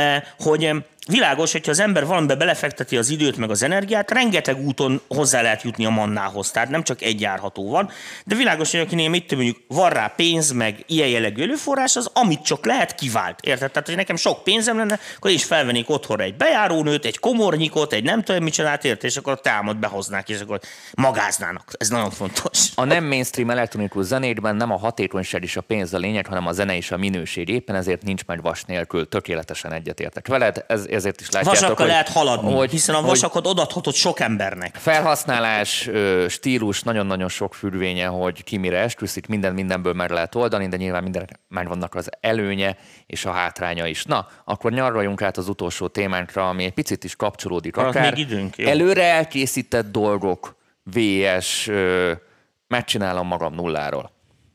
hogy világos, hogyha az ember valamibe belefekteti az időt meg az energiát, rengeteg úton hozzá lehet jutni a mannához. Tehát nem csak egy járható van, de világos, hogy akinél mit mondjuk van rá pénz, meg ilyen jellegű előforrás, az amit csak lehet kivált. Érted? Tehát, hogy nekem sok pénzem lenne, akkor is felvennék otthonra egy bejárónőt, egy komornyikot, egy nem tudom, mit csinált, érted, és akkor a támot behoznák, és akkor magáznának. Ez nagyon fontos. A nem mainstream elektronikus zenékben nem a hatékonyság és a pénz a lényeg, hanem a zene és a minőség. Éppen ezért nincs meg vas nélkül. Tökéletesen egyetértek veled. Ez, ezért is látjátok, vasakkal hogy, lehet haladni, hogy, hiszen a vasakat odaadhatod sok embernek. Felhasználás, stílus, nagyon-nagyon sok függvénye, hogy ki mire esküszik, minden mindenből meg lehet oldani, de nyilván mindennek megvannak az előnye és a hátránya is. Na, akkor nyargaljunk át az utolsó témánkra, ami egy picit is kapcsolódik Van akár. még időnk, jó? Előre elkészített dolgok, vé es, megcsinálom magam nulláról.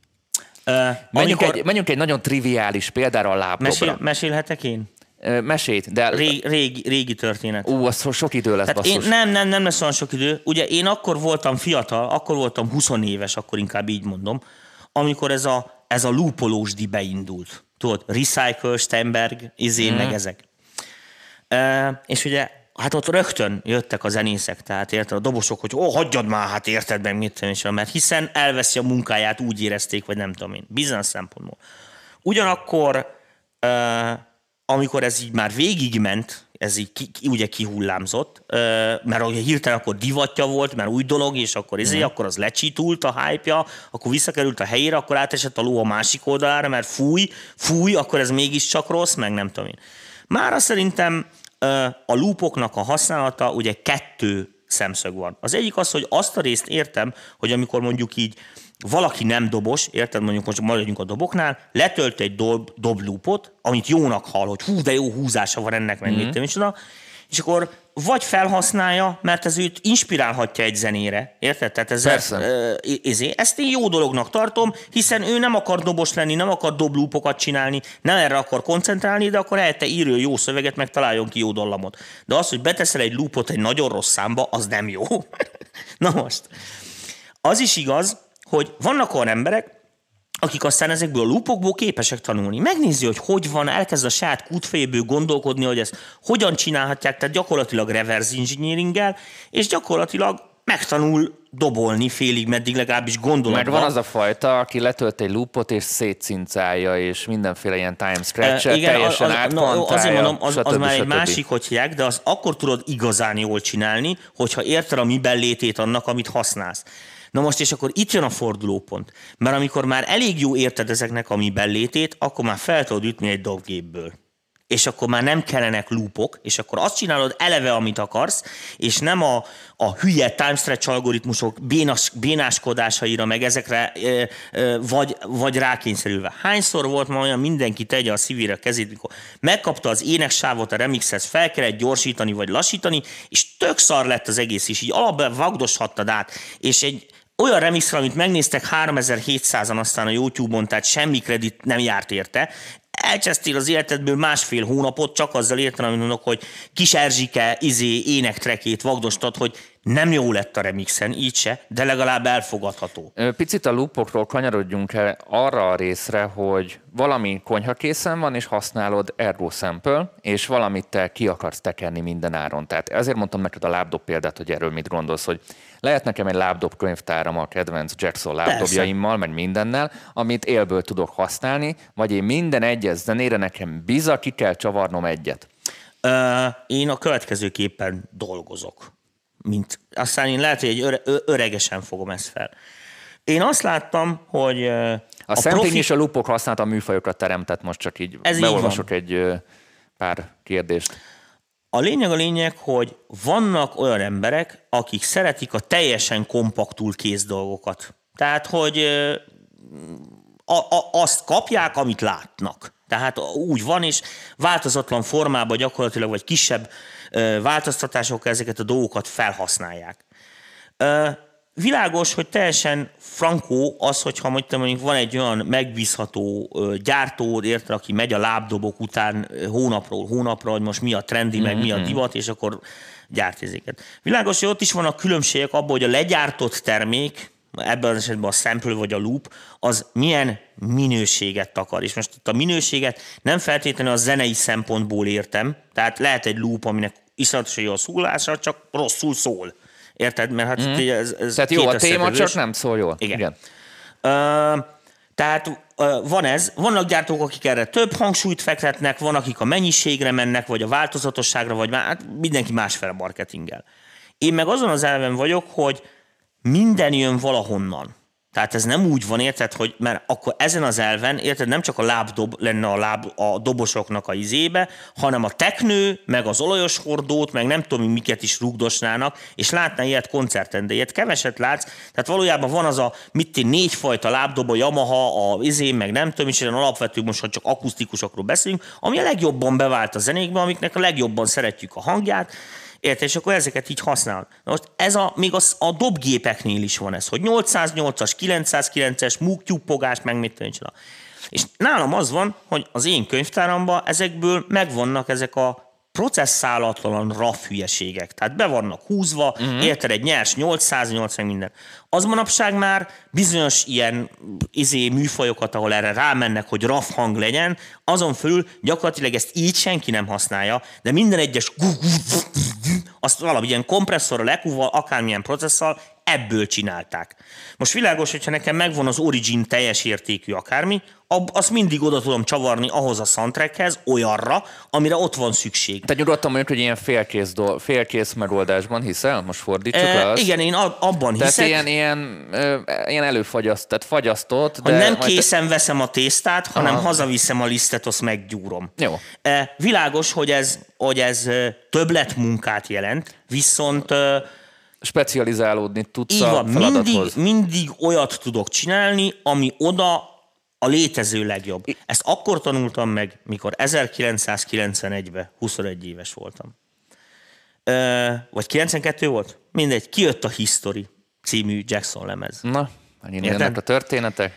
Uh, menjünk, amikor... egy, menjünk egy nagyon triviális példára a láptopra. Mesél, mesélhetek én? Mesét, de... Régi, régi, régi történet. Ú, az sok idő lesz, Tehát basszus. én, nem, nem, nem lesz olyan sok idő. Ugye én akkor voltam fiatal, akkor voltam huszonéves, akkor inkább így mondom, amikor ez a, ez a loopolósdi beindult. Tudod, Recycle, Steinberg, izé, mm. meg ezek. E, és ugye, hát ott rögtön jöttek a zenészek, tehát érted, a dobosok, hogy ó, hagyjad már, hát érted meg, mit tudom, mert hiszen elveszi a munkáját, úgy érezték, vagy nem tudom én, bizonyos szempontból. Ugyanakkor e, amikor ez így már végigment, ez így ki, ki, ugye kihullámzott, mert ugye hirtelen akkor divatja volt, mert új dolog, és akkor, ezért, mm. akkor az lecsítult a hype-ja, akkor visszakerült a helyére, akkor átesett a ló a másik oldalára, mert fúj, fúj, akkor ez mégiscsak rossz, meg nem tudom én. Mára szerintem a loopoknak a használata ugye kettő szemszög van. Az egyik az, hogy azt a részt értem, hogy amikor mondjuk így valaki nem dobos, érted, mondjuk most maradjunk a doboknál, letölt egy dob, dobloopot, amit jónak hall, hogy hú, de jó húzása van ennek, meg mm-hmm. mit tudom, és akkor vagy felhasználja, mert ez őt inspirálhatja egy zenére, érted? Tehát ez, ez, ezt én jó dolognak tartom, hiszen ő nem akar dobos lenni, nem akar dobloopokat csinálni, nem erre akar koncentrálni, de akkor helyette írjon jó szöveget, meg találjon ki jó dallamot. De az, hogy beteszel egy loopot egy nagyon rossz számba, az nem jó. Na most, az is igaz, hogy vannak olyan emberek, akik aztán ezekből a loopokból képesek tanulni. Megnézi, hogy hogy van, elkezd a saját kútfejéből gondolkodni, hogy ezt hogyan csinálhatják, tehát gyakorlatilag reverse engineeringgel, és gyakorlatilag megtanul dobolni félig, meddig legalábbis gondolatban. Mert van az a fajta, aki letölt egy loopot és szétcincálja, és mindenféle ilyen time scratch-et igen, teljesen az, átpantálja. Azért mondom, az, stb. az már egy stb. másik, hogy hívják, de azt akkor tudod igazán jól csinálni, hogyha érted a miben létét annak, amit használsz. Na most, és akkor itt jön a fordulópont. Mert amikor már elég jó érted ezeknek a miben létét, akkor már fel tudod ütni egy dobgépből. És akkor már nem kellenek loopok, és akkor azt csinálod eleve, amit akarsz, és nem a, a hülye time stretch algoritmusok bénas, bénáskodásaira, meg ezekre e, e, vagy, vagy rákényszerülve. Hányszor volt ma olyan, mindenki tegye a szívére a kezét, mikor megkapta az éneksávot a remixhez, fel kellett gyorsítani vagy lassítani, és tök szar lett az egész is, így alapban vagdoshattad át, és egy olyan remixre, amit megnéztek háromezer-hétszázan aztán a YouTube-on, tehát semmi kredit nem járt érte, elcsesztél az életedből másfél hónapot, csak azzal értem, amit mondok, hogy Kis Erzsike izé énektrekét vagdostad, hogy nem jó lett a remixen, így se, de legalább elfogadható. Picit a loopokról kanyarodjunk el arra a részre, hogy valami konyhakészen van, és használod ergo sample, és valamit te ki akarsz tekerni minden áron. Tehát ezért mondtam neked a lábdob példát, hogy erről mit gondolsz, hogy lehet nekem egy lábdob könyvtáram a kedvenc Jackson lábdobjaimmal, meg mindennel, amit élből tudok használni, vagy én minden egyes zenére nekem biza, ki kell csavarnom egyet. Ö, én a következőképpen dolgozok. Mint, aztán én lehet, hogy egy öre, öregesen fogom ezt fel. Én azt láttam, hogy a, a sampling profi... és a loopok használta műfajokat teremtett, most csak így ez beolvasok így egy pár kérdést. A lényeg a lényeg, hogy vannak olyan emberek, akik szeretik a teljesen kompaktul kész dolgokat. Tehát, hogy a, a, azt kapják, amit látnak. Tehát úgy van, és változatlan formában gyakorlatilag, vagy kisebb változtatásokkal ezeket a dolgokat felhasználják. Világos, hogy teljesen frankó az, hogyha mondjuk van egy olyan megbízható gyártód, érted, aki megy a lábdobok után hónapról hónapra, hogy most mi a trendi, mm-hmm. meg mi a divat, és akkor gyárt ezeket. Világos, hogy ott is vannak különbségek abban, hogy a legyártott termék, ebben az esetben a sample vagy a loop, az milyen minőséget takar. És most itt a minőséget nem feltétlenül a zenei szempontból értem, tehát lehet egy loop, aminek iszonyatosan jó a szólása, csak rosszul szól. Érted? Mert hát mm. ez, ez tehát jó a téma, csak nem szól jól. Igen. Igen. Uh, tehát uh, van ez, vannak gyártók, akik erre több hangsúlyt fektetnek, van, akik a mennyiségre mennek, vagy a változatosságra, vagy már, hát mindenki másféle marketinggel. Én meg azon az elven vagyok, hogy minden jön valahonnan. Tehát ez nem úgy van, érted, hogy mert akkor ezen az elven, érted, nem csak a lábdob lenne a, láb, a dobosoknak a izébe, hanem a teknő, meg az olajos hordót, meg nem tudom, miket is rugdosnának, és látná ilyet koncerten, de ilyet keveset látsz. Tehát valójában van az a, mit én, négy fajta lábdob, a Yamaha, a izé, meg nem tudom, és ilyen alapvető, most ha csak akusztikusokról beszélünk, ami a legjobban bevált a zenékben, amiknek a legjobban szeretjük a hangját. Érted? És akkor ezeket így használod. Most ez a, még az, a dobgépeknél is van ez, hogy nyolcszáznyolcas, kilencszázkilences, múktyúppogás, meg mit tudom. És nálam az van, hogy az én könyvtáramban ezekből megvannak ezek a processzálatlan raff hülyeségek. Tehát be vannak húzva, uh-huh. érted, egy nyers nyolcszáznyolc, meg minden. Az manapság már bizonyos ilyen izé műfajokat, ahol erre rámennek, hogy raff hang legyen, azon fölül gyakorlatilag ezt így senki nem használja, de minden egyes azt valamilyen kompresszorral, lekúval, akármilyen processzal ebből csinálták. Most világos, hogyha nekem megvan az Origin teljes értékű akármi, azt mindig oda tudom csavarni ahhoz a soundtrackhez, olyanra, amire ott van szükség. Te nyugodtan mondjuk, hogy ilyen félkész, do- félkész megoldásban hiszel? Most fordítsuk e, le azt. Igen, én abban hiszek. Tehát ilyen, ilyen, ilyen előfagyaszt, tehát fagyasztott. De nem készen te... veszem a tésztát, hanem aha. hazaviszem a lisztet, azt meggyúrom. Jó. Világos, hogy ez, hogy ez többletmunkát jelent, viszont specializálódni tudsz Így a van, mindig, feladathoz. mindig olyat tudok csinálni, ami oda a létező legjobb. Ezt akkor tanultam meg, mikor ezerkilencszázkilencvenegyben huszonegy éves voltam. Ö, vagy kilencvenkettő volt? Mindegy, kijött a History című Jackson lemez. Na, mennyire jönnek a történetek?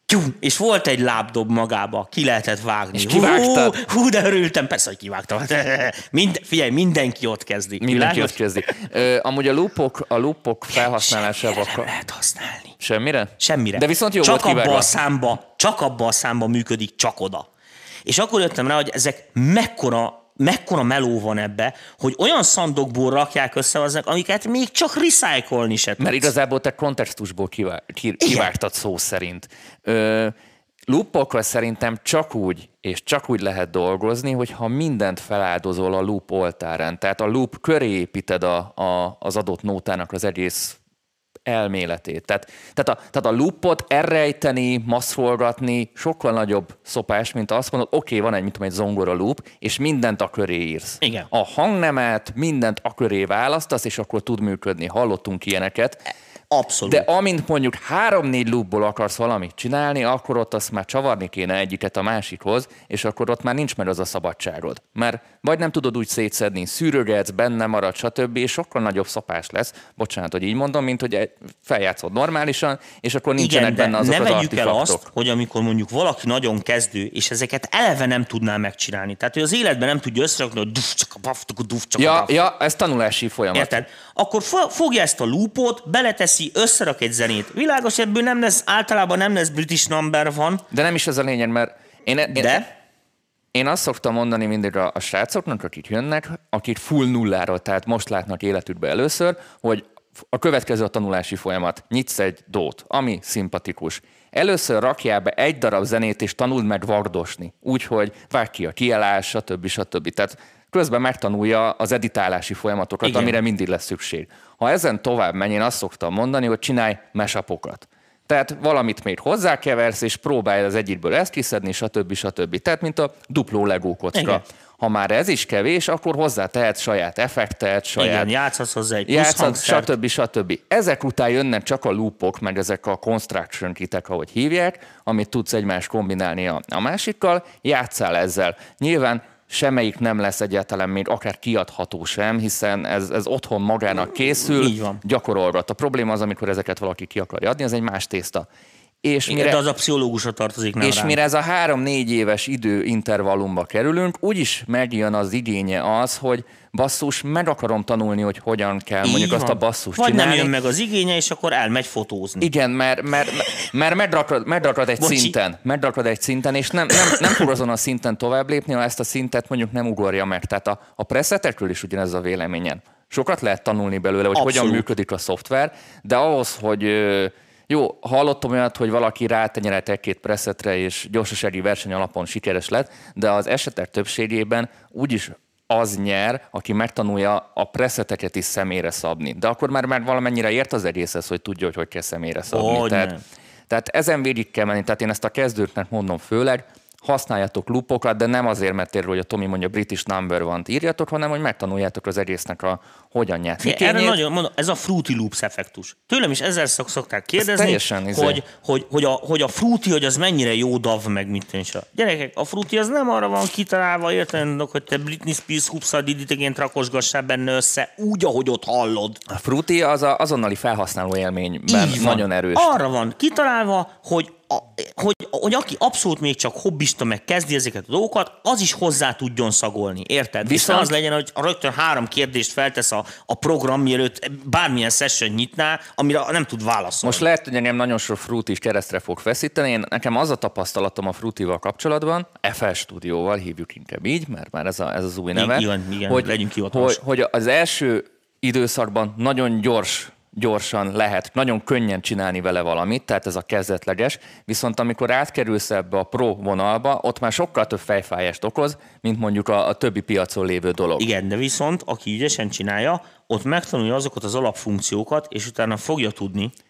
És volt egy lábdob magába, ki lehetett vágni. És kivágtad? Hú, hú, de örültem, persze, hogy kivágtam. Mind, figyelj, mindenki ott kezdi. Mindenki Világos? ott kezdi. Ö, amúgy a loopok, a loopok felhasználásával... Semmire nem lehet használni. Semmire? Semmire. De viszont jó csak volt kivágva. abba a számba, csak abba a számba működik, csak oda. És akkor jöttem rá, hogy ezek mekkora, mekkora meló van ebbe, hogy olyan szandokból rakják össze azok, amiket még csak recycle-ni se tudsz. Mert igazából te kontextusból kivá- ki- kivágtad szó szerint. Ö, loopokkal szerintem csak úgy, és csak úgy lehet dolgozni, hogyha mindent feláldozol a loop oltárán. Tehát a loop köré építed a, a, az adott nótának az egész elméletét. Tehát, tehát, a, tehát a loopot elrejteni, maszolgatni sokkal nagyobb szopás, mint azt mondod, oké, okay, van egy, mint tudom, egy zongora loop, és mindent a köré írsz. Igen. A hangnemet, mindent a köré választasz, és akkor tud működni. Hallottunk ilyeneket. Abszolút. De amint mondjuk három-négy loopból akarsz valamit csinálni, akkor ott azt már csavarni kéne egyiket a másikhoz, és akkor ott már nincs meg az a szabadságod. Mert vagy nem tudod úgy szétszedni, szűrögetsz, benne marad, stb. És sokkal nagyobb szapás lesz, bocsánat, hogy így mondom, mint hogy feljátszod normálisan, és akkor nincsenek Igen, benne azok ne az vegyük el artifaktok. azt, hogy amikor mondjuk valaki nagyon kezdő, és ezeket eleve nem tudná megcsinálni. Tehát, hogy az életben nem tudja összerakni, hogy duf, csak a baf, duf, csak a Ja, baf. ja, ez tanulási folyamat. Érted? Akkor fo- fogja ezt a loopot, beleteszi, összerak egy zenét. Világos, ebből nem lesz, általában nem lesz British number van, De nem is ez a lényeg, mert én, én, de Én azt szoktam mondani mindig a, a srácoknak, akik jönnek, akik full nulláról, tehát most látnak életükbe először, hogy a következő a tanulási folyamat. Nyitsz egy dót, ami szimpatikus. Először rakjál be egy darab zenét, és tanuld meg vardosni. Úgyhogy vágj ki a kiállás, stb. stb. Tehát közben megtanulja az editálási folyamatokat, Igen. amire mindig lesz szükség. Ha ezen tovább menj, én azt szoktam mondani, hogy csinálj mashupokat. Tehát valamit még hozzákeversz, és próbálj az egyikből ezt kiszedni, stb. stb. Tehát, mint a dupló legó kocka. Igen. Ha már ez is kevés, akkor hozzátehetsz saját effektet, saját igen, játszhatsz hozzá egy plusz játszat, hangszert. stb. stb. Ezek után jönnek csak a loopok, meg ezek a construction kitek, ahogy hívják, amit tudsz egymást kombinálni a, a másikkal, játsszál ezzel. Nyilván semmelyik nem lesz egyáltalán még akár kiadható sem, hiszen ez, ez otthon magának készül, Így van. gyakorolgat. A probléma az, amikor ezeket valaki ki akarja adni, az egy más tészta. És Igen, de az a pszichológusra tartozik, nem és rám. mire ez a három-négy éves időintervallumba kerülünk, úgyis megjön az igénye az, hogy basszus, meg akarom tanulni, hogy hogyan kell mondjuk Így azt a van. basszus Vagy csinálni. nem jön meg az igénye, és akkor elmegy fotózni. Igen, mert, mert, mert megrakod, megrakod egy Bocsi. szinten, megrakod egy szinten, és nem, nem, nem fog azon a szinten tovább lépni, ha ezt a szintet mondjuk nem ugorja meg. Tehát a, a presetekről is ugyanez a véleményen. Sokat lehet tanulni belőle, hogy Abszolút. hogyan működik a szoftver, de ahhoz, hogy ö, jó, hallottam olyat, hogy valaki rátenyerelt egy-két presetre, és gyorsasági verseny alapon sikeres lett, de az esetek többségében úgyis az nyer, aki megtanulja a preseteket is személyre szabni. De akkor már, már valamennyire ért az egészhez, hogy tudja, hogy hogy kell személyre szabni. Hogyne. Tehát, tehát ezen végig kell menni. Tehát én ezt a kezdőknek mondom főleg, használjatok loopokat, de nem azért, mert tényleg, hogy a Tomi mondja British number one-t írjatok, hanem hogy megtanuljátok az egésznek a hogyanját. Ja, erre nagyon mondom, ez a Fruity Loops effektus. Tőlem is ezzel szok, szokták kérdezni, teljesen izé. hogy, hogy, hogy, a, hogy a Fruity, hogy az mennyire jó dav, meg mit is. Gyerekek, a Fruity az nem arra van kitalálva, értenek, hogy te Britney Spears hupszal diditeként rakosgassál benne össze, úgy, ahogy ott hallod. A Fruity az a azonnali felhasználó élményben Így van. nagyon erős. Arra van kitalálva, hogy, a, hogy, hogy aki abszolút még csak hobbista, meg kezdi ezeket a dolgokat, az is hozzá tudjon szagolni, érted? Viszont az legyen, hogy rögtön három kérdést feltesz a, a program, mielőtt bármilyen session nyitná, amire nem tud válaszolni. Most lehet, hogy engem nagyon sok Fruity is keresztre fog feszíteni. Én, nekem az a tapasztalatom a Fruity-val kapcsolatban, ef el Studio-val hívjuk inkább így, mert már ez, a, ez az új neve, Igen, igen, hogy, legyünk hogy, hivatalosak. hogy az első időszakban nagyon gyors gyorsan lehet, nagyon könnyen csinálni vele valamit, tehát ez a kezdetleges, viszont amikor átkerülsz ebbe a pro vonalba, ott már sokkal több fejfájást okoz, mint mondjuk a, a többi piacon lévő dolog. Igen, de viszont, aki ügyesen csinálja, ott megtanulja azokat az alapfunkciókat, és utána fogja tudni,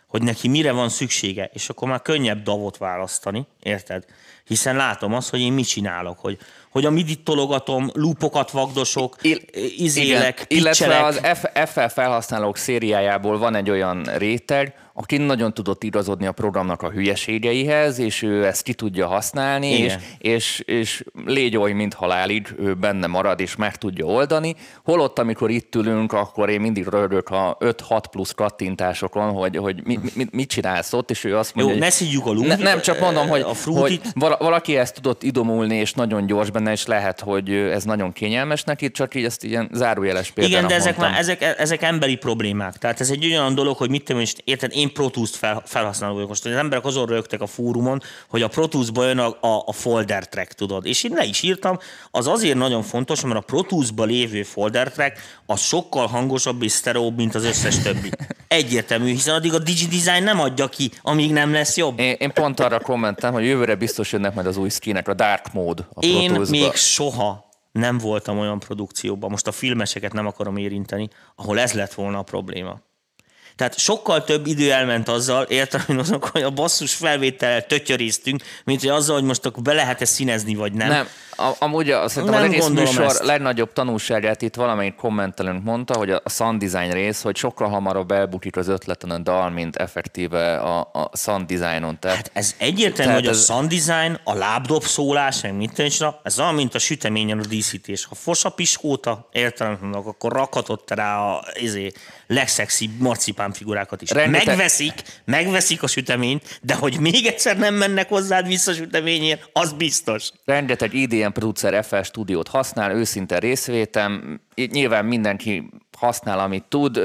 hogy neki mire van szüksége, és akkor már könnyebb davot választani, érted? Hiszen látom azt, hogy én mit csinálok, hogy, hogy a midit tologatom, lúpokat vagdosok, Il- izélek, igen, illetve az ef el felhasználók szériájából van egy olyan réteg, aki nagyon tudott igazodni a programnak a hülyeségeihez, és ő ezt ki tudja használni, és, és, és légy oly, mint halálig, ő benne marad, és meg tudja oldani. Holott, amikor itt ülünk, akkor én mindig röhögök a öt-hat plusz kattintásokon, hogy, hogy mi, mi, mit csinálsz ott, és ő azt mondja, Jó, hogy... ne szidjuk a lúd, ne, Nem, csak mondom, hogy, a hogy valaki ezt tudott idomulni, és nagyon gyors benne, és lehet, hogy ez nagyon kényelmes neki, csak így ezt ilyen zárójeles példának Igen, de ezek, mondtam. már, ezek, ezek emberi problémák. Tehát ez egy olyan dolog, hogy mit tudom, és érted, én Pro Tools-t fel, felhasználó vagyok most. Az emberek azon rögtek a fórumon, hogy a Pro Tools-ba jön a, a, a folder track, tudod. És én le is írtam, az azért nagyon fontos, mert a Pro Tools-ba lévő folder track az sokkal hangosabb és sztereóbb, mint az összes többi. Egyértelmű, hiszen addig a DigiDesign nem adja ki, amíg nem lesz jobb. Én, én pont arra kommentem, hogy jövőre biztos jönnek majd az új skinek, a Dark Mode a Pro Én Tools-ba. még soha nem voltam olyan produkcióban, most a filmeseket nem akarom érinteni, ahol ez lett volna a probléma. Tehát sokkal több idő elment azzal, értem, hogy a basszus felvétellel tötyöréztünk, mint hogy azzal, hogy most akkor be lehet-e színezni, vagy nem. Nem, amúgy a, szerintem nem az egész műsor ezt. legnagyobb tanulságát itt valamelyik kommentelőnk mondta, hogy a sound design rész, hogy sokkal hamarabb elbukik az ötleten a dal, mint effektíve a, a sound designon. Tehát, hát ez egyértelmű, tehát hogy ez... a sound design, a lábdob szólás, meg mindencsra, ez olyan, mint a süteményen a díszítés. Ha fos a piskóta, értelem, akkor rakhatod te rá a izé, legszexibb marcipán figurákat is. Rengeteg... Megveszik, megveszik a süteményt, de hogy még egyszer nem mennek hozzád vissza süteményért, az biztos. Rengeteg I D M producer ef el stúdiót használ, őszinte részvétem, nyilván mindenki használ, amit tud,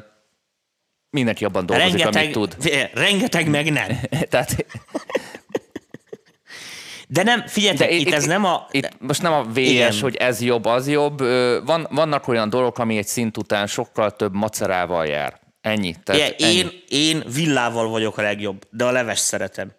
mindenki abban dolgozik, rengeteg, amit tud. Rengeteg meg nem. Tehát... De nem, figyeljetek, itt, itt ez nem a... Itt most nem a vé es, igen. Hogy ez jobb, az jobb. Van, vannak olyan dolgok, ami egy szint után sokkal több macerával jár. Ennyi. Tehát igen, ennyi. Én, én villával vagyok a legjobb, de a leves szeretem.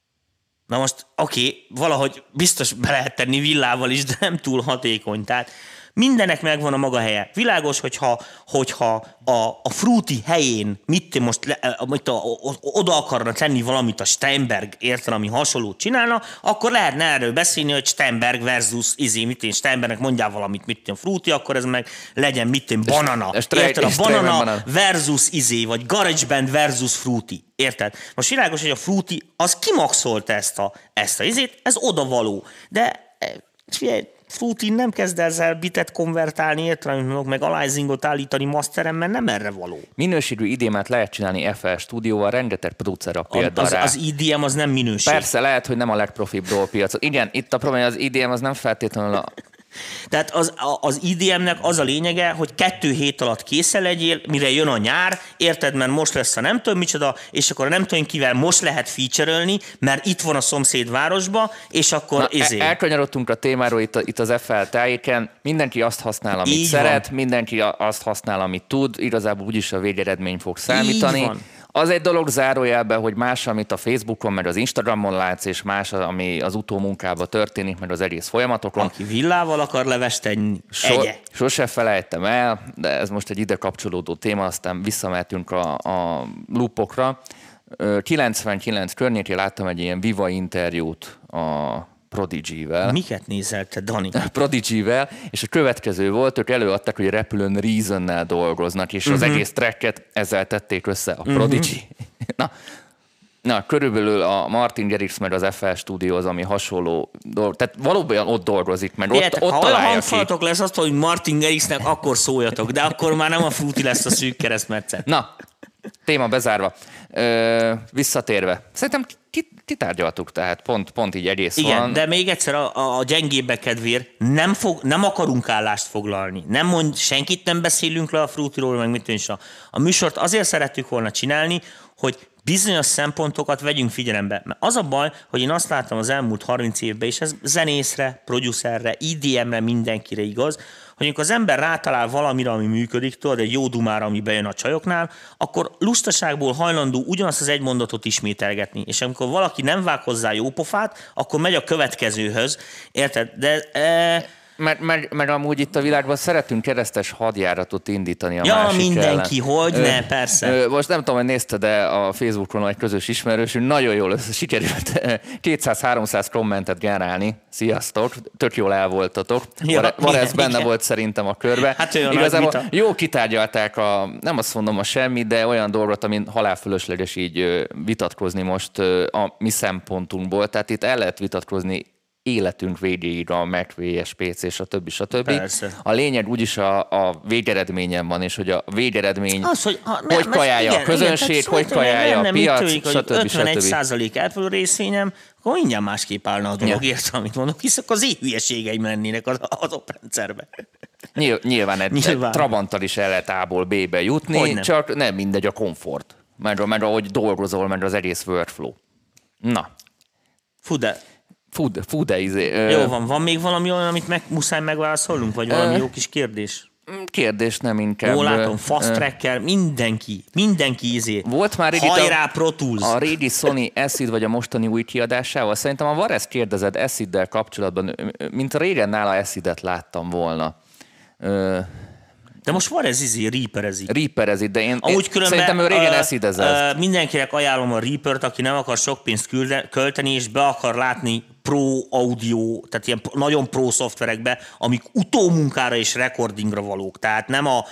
Na most, oké, okay, valahogy biztos be lehet tenni villával is, de nem túl hatékony. Tehát mindennek megvan a maga helye. Világos, hogyha, hogyha a, a Fruity helyén mit most le, mit a, oda akarna tenni valamit a Steinberg, érted, ami hasonlót csinálna, akkor lehetne erről beszélni, hogy Steinberg versus izé, mit én Steinbergnek mondjál valamit, mit én Fruity, akkor ez meg legyen mit én Banana. Érted, a Banana versus izé, vagy GarageBand versus Fruity. Érted? Most világos, hogy a Fruity az kimaxolta ezt a, ezt a izét, ez odavaló. De figyelj, Fruity nem kezd ezzel bitet konvertálni, értelem, meg aliasingot állítani masteren, mert nem erre való. Minőségű I D M-et lehet csinálni ef el stúdióval, rengeteg producer a példa az, rá. az I D M az nem minőség. Persze, lehet, hogy nem a legprofibb dolgpiac. Igen, itt a probléma, az I D M az nem feltétlenül a... Tehát az, az I D M-nek az a lényege, hogy kettő hét alatt készen legyél, mire jön a nyár, érted, mert most lesz a nem tudom micsoda, és akkor a nem tudom kivel most lehet feature-ölni, mert itt van a szomszéd városba, és akkor Na, izé. Elkanyarodtunk a témáról itt, itt az ef el tájéken, mindenki azt használ, amit Így szeret, van. Mindenki azt használ, amit tud, igazából úgyis a végeredmény fog számítani. Az egy dolog zárójelben, hogy más, amit a Facebookon, meg az Instagramon látsz, és más, ami az utómunkában történik, meg az egész folyamatokon. Aki villával akar levest tenni, So, egye. Sose felejtem el, de ez most egy ide kapcsolódó téma, aztán visszamehetünk a, a loopokra. kilencvenkilenc környékén láttam egy ilyen Viva interjút a Prodigy-vel. Miket nézel te, Dani? Prodigy-vel, és a következő volt, ők előadták, hogy Repülőn Reason-nel dolgoznak, és uh-huh. az egész tracket ezzel tették össze, a Prodigy. Uh-huh. Na, na, körülbelül a Martin Garrix meg az ef el Studios, ami hasonló dolog, tehát valóban ott dolgozik, meg ott, ott ha találja olyan ki. hangfalatok lesz azt, hogy Martin Garrixnek, akkor szóljatok, de akkor már nem a Fruity lesz a szűk keresztmetszet. Na, téma bezárva. Ö, visszatérve. Szerintem kitárgyaltuk, tehát pont, pont így egész Igen, van. de még egyszer a, a gyengébbek kedvéért nem, fog, nem akarunk állást foglalni. Nem mond, senkit nem beszélünk le a Fruityról, meg mit is. A, a műsort azért szerettük volna csinálni, hogy bizonyos szempontokat vegyünk figyelembe. Mert az a baj, hogy én azt láttam az elmúlt harminc évben, és ez zenészre, producerre, I D M-re, mindenkire igaz, hogy amikor az ember rátalál valamire, ami működik, tudod, egy jó dumára, ami bejön a csajoknál, akkor lustaságból hajlandó ugyanazt az egy mondatot ismételgetni. És amikor valaki nem vág hozzá jó pofát, akkor megy a következőhöz. Érted? De... E, Mert, mert, mert amúgy itt a világban szeretünk keresztes hadjáratot indítani a ja, másik mindenki, ellen. hogy Ö, ne, persze. Ö, most nem tudom, hogy nézted, de a Facebookon egy közös ismerősünk nagyon jól össze, sikerült kétszáz-háromszáz kommentet generálni. Sziasztok, tök jól el voltatok. Ja, Van ez benne igen. volt szerintem a körbe. Hát olyan igazából nagy vita. jó kitárgyalták a, nem azt mondom a semmi, de olyan dolgot, amin halálfölösleges így ö, vitatkozni most ö, a mi szempontunkból. Tehát itt el lehet vitatkozni életünk végéig a Mac versus pé cé, stb. stb. Persze. A lényeg úgyis a, a végeredményen van, és hogy a végeredmény Az, hogy, ha, hogy kajálja igen, a közönség, igen, hogy kajálja a piac, stb. ötvenegy stb. százalék Apple részvényem, akkor mindjárt másképp állna a dolog, ja. Értem, amit mondok, hisz akkor az én hülyeségeim lennének az, az oprendszerbe. Nyilván egy Nyilván. Trabanttal is el lehet A-ból B-be jutni, Hogyne. csak nem mindegy a komfort, mert, mert ahogy dolgozol, mert az egész workflow. Na, Fú, de fú, de, fú, de izé, ö, jó van, van még valami olyan, amit meg, muszáj megválaszolnunk, vagy valami Ö, jó kis kérdés? kérdés nem inkább. Jó, látom, ö, fast ö, tracker, mindenki, mindenki izé. Volt már itt Hajrá, a, Pro Tools. a régi Sony Acid vagy a mostani új kiadásával. Szerintem a Vares kérdezed Aciddel kapcsolatban, mint régen nála Acidet láttam volna. Ö, De most van ez izé, reaperezik. Reaperezik, de én, Amúgy én különben, szerintem ő régen ö, acidezett. ö, mindenkinek ajánlom a Reapert, aki nem akar sok pénzt külde, költeni, és be akar látni pro audio, tehát ilyen nagyon pro szoftverekbe, amik utómunkára és recordingra valók. Tehát nem a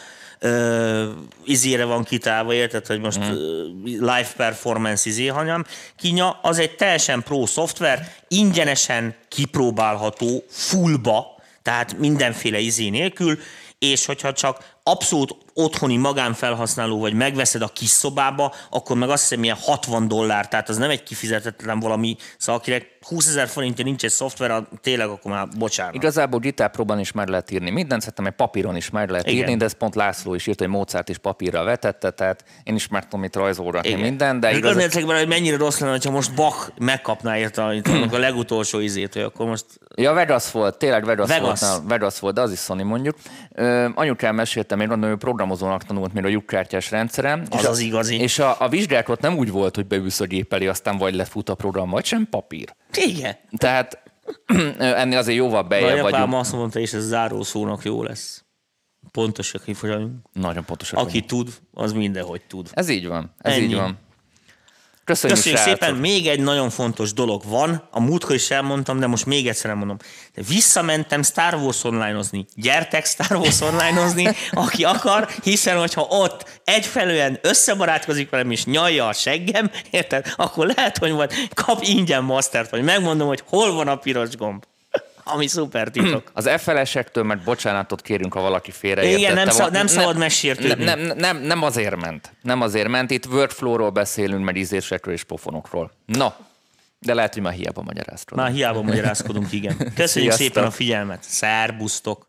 ö, izére van kitálva, érted, hogy most mm. live performance izé, hanem kinya, az egy teljesen pro szoftver, ingyenesen kipróbálható fullba, tehát mindenféle izé nélkül, és hogyha csak abszolút otthoni magánfelhasználó vagy megveszed a kis szobába, akkor meg azt hiszem ilyen hatvan dollár, tehát az nem egy kifizetetlen valami, szóval akinek húszezer forintja nincs egy szoftver, tényleg akkor már bocsánat. Igazából Guitar Pro-ban is meg lehet írni mindent, szerintem egy papíron is meg lehet Igen. írni, de ez pont László is írt, hogy Mozart is papírra vetette, tehát én is meg tudom itt rajzolgatni Igen. mindent, de és igaz... gondoljátok bele, hogy mennyire rossz lenne, ha most Bach megkapná érte itt a legutolsó izét, hogy akkor most... Ja, Vegas volt, tényleg Vegas, Vegas. volt, na, Vegas volt, de az is Sony mondjuk. Ö, anyukám meséltem, én gondolom, hogy programozónak tanult még a lyukkártyás rendszerem. Az és a, az igazi. És a, a vizsgákat nem úgy volt, hogy beülsz a gép elé, aztán vagy lefut a program, vagy sem papír. Igen. Tehát ennél azért jóval bejebb Nagyapám vagyunk. azt mondta, és ez zárószónak jó lesz. Pontosak kifolyamunk. Nagyon pontosan. Aki tud, az mindenhogy tud. Ez így van, ez Ennyi. így van. Köszönjük, Köszönjük srácok. szépen, még egy nagyon fontos dolog van, a múltkor is elmondtam, de most még egyszer mondom. Visszamentem Star Wars online-ozni. Gyertek Star Wars online-ozni, aki akar, hiszen hogyha ott egyfelően összebarátkozik velem és nyalja a seggem, érted? Akkor lehet, hogy majd kap ingyen mastert, vagy megmondom, hogy hol van a piros gomb. Ami szuper titok. Az ef el esektől, mert bocsánatot kérünk, ha valaki félreértette. Igen, nem, szab, nem Ne- szabad megsértődni. Nem, nem, nem, nem azért ment. Nem azért ment. Itt workflow-ról beszélünk, meg ízlésekről és pofonokról. No, de lehet, hogy már hiába magyarázkodunk. Már hiába magyarázkodunk, igen. Köszönjük Sziasztok. szépen a figyelmet. Szerbusztok!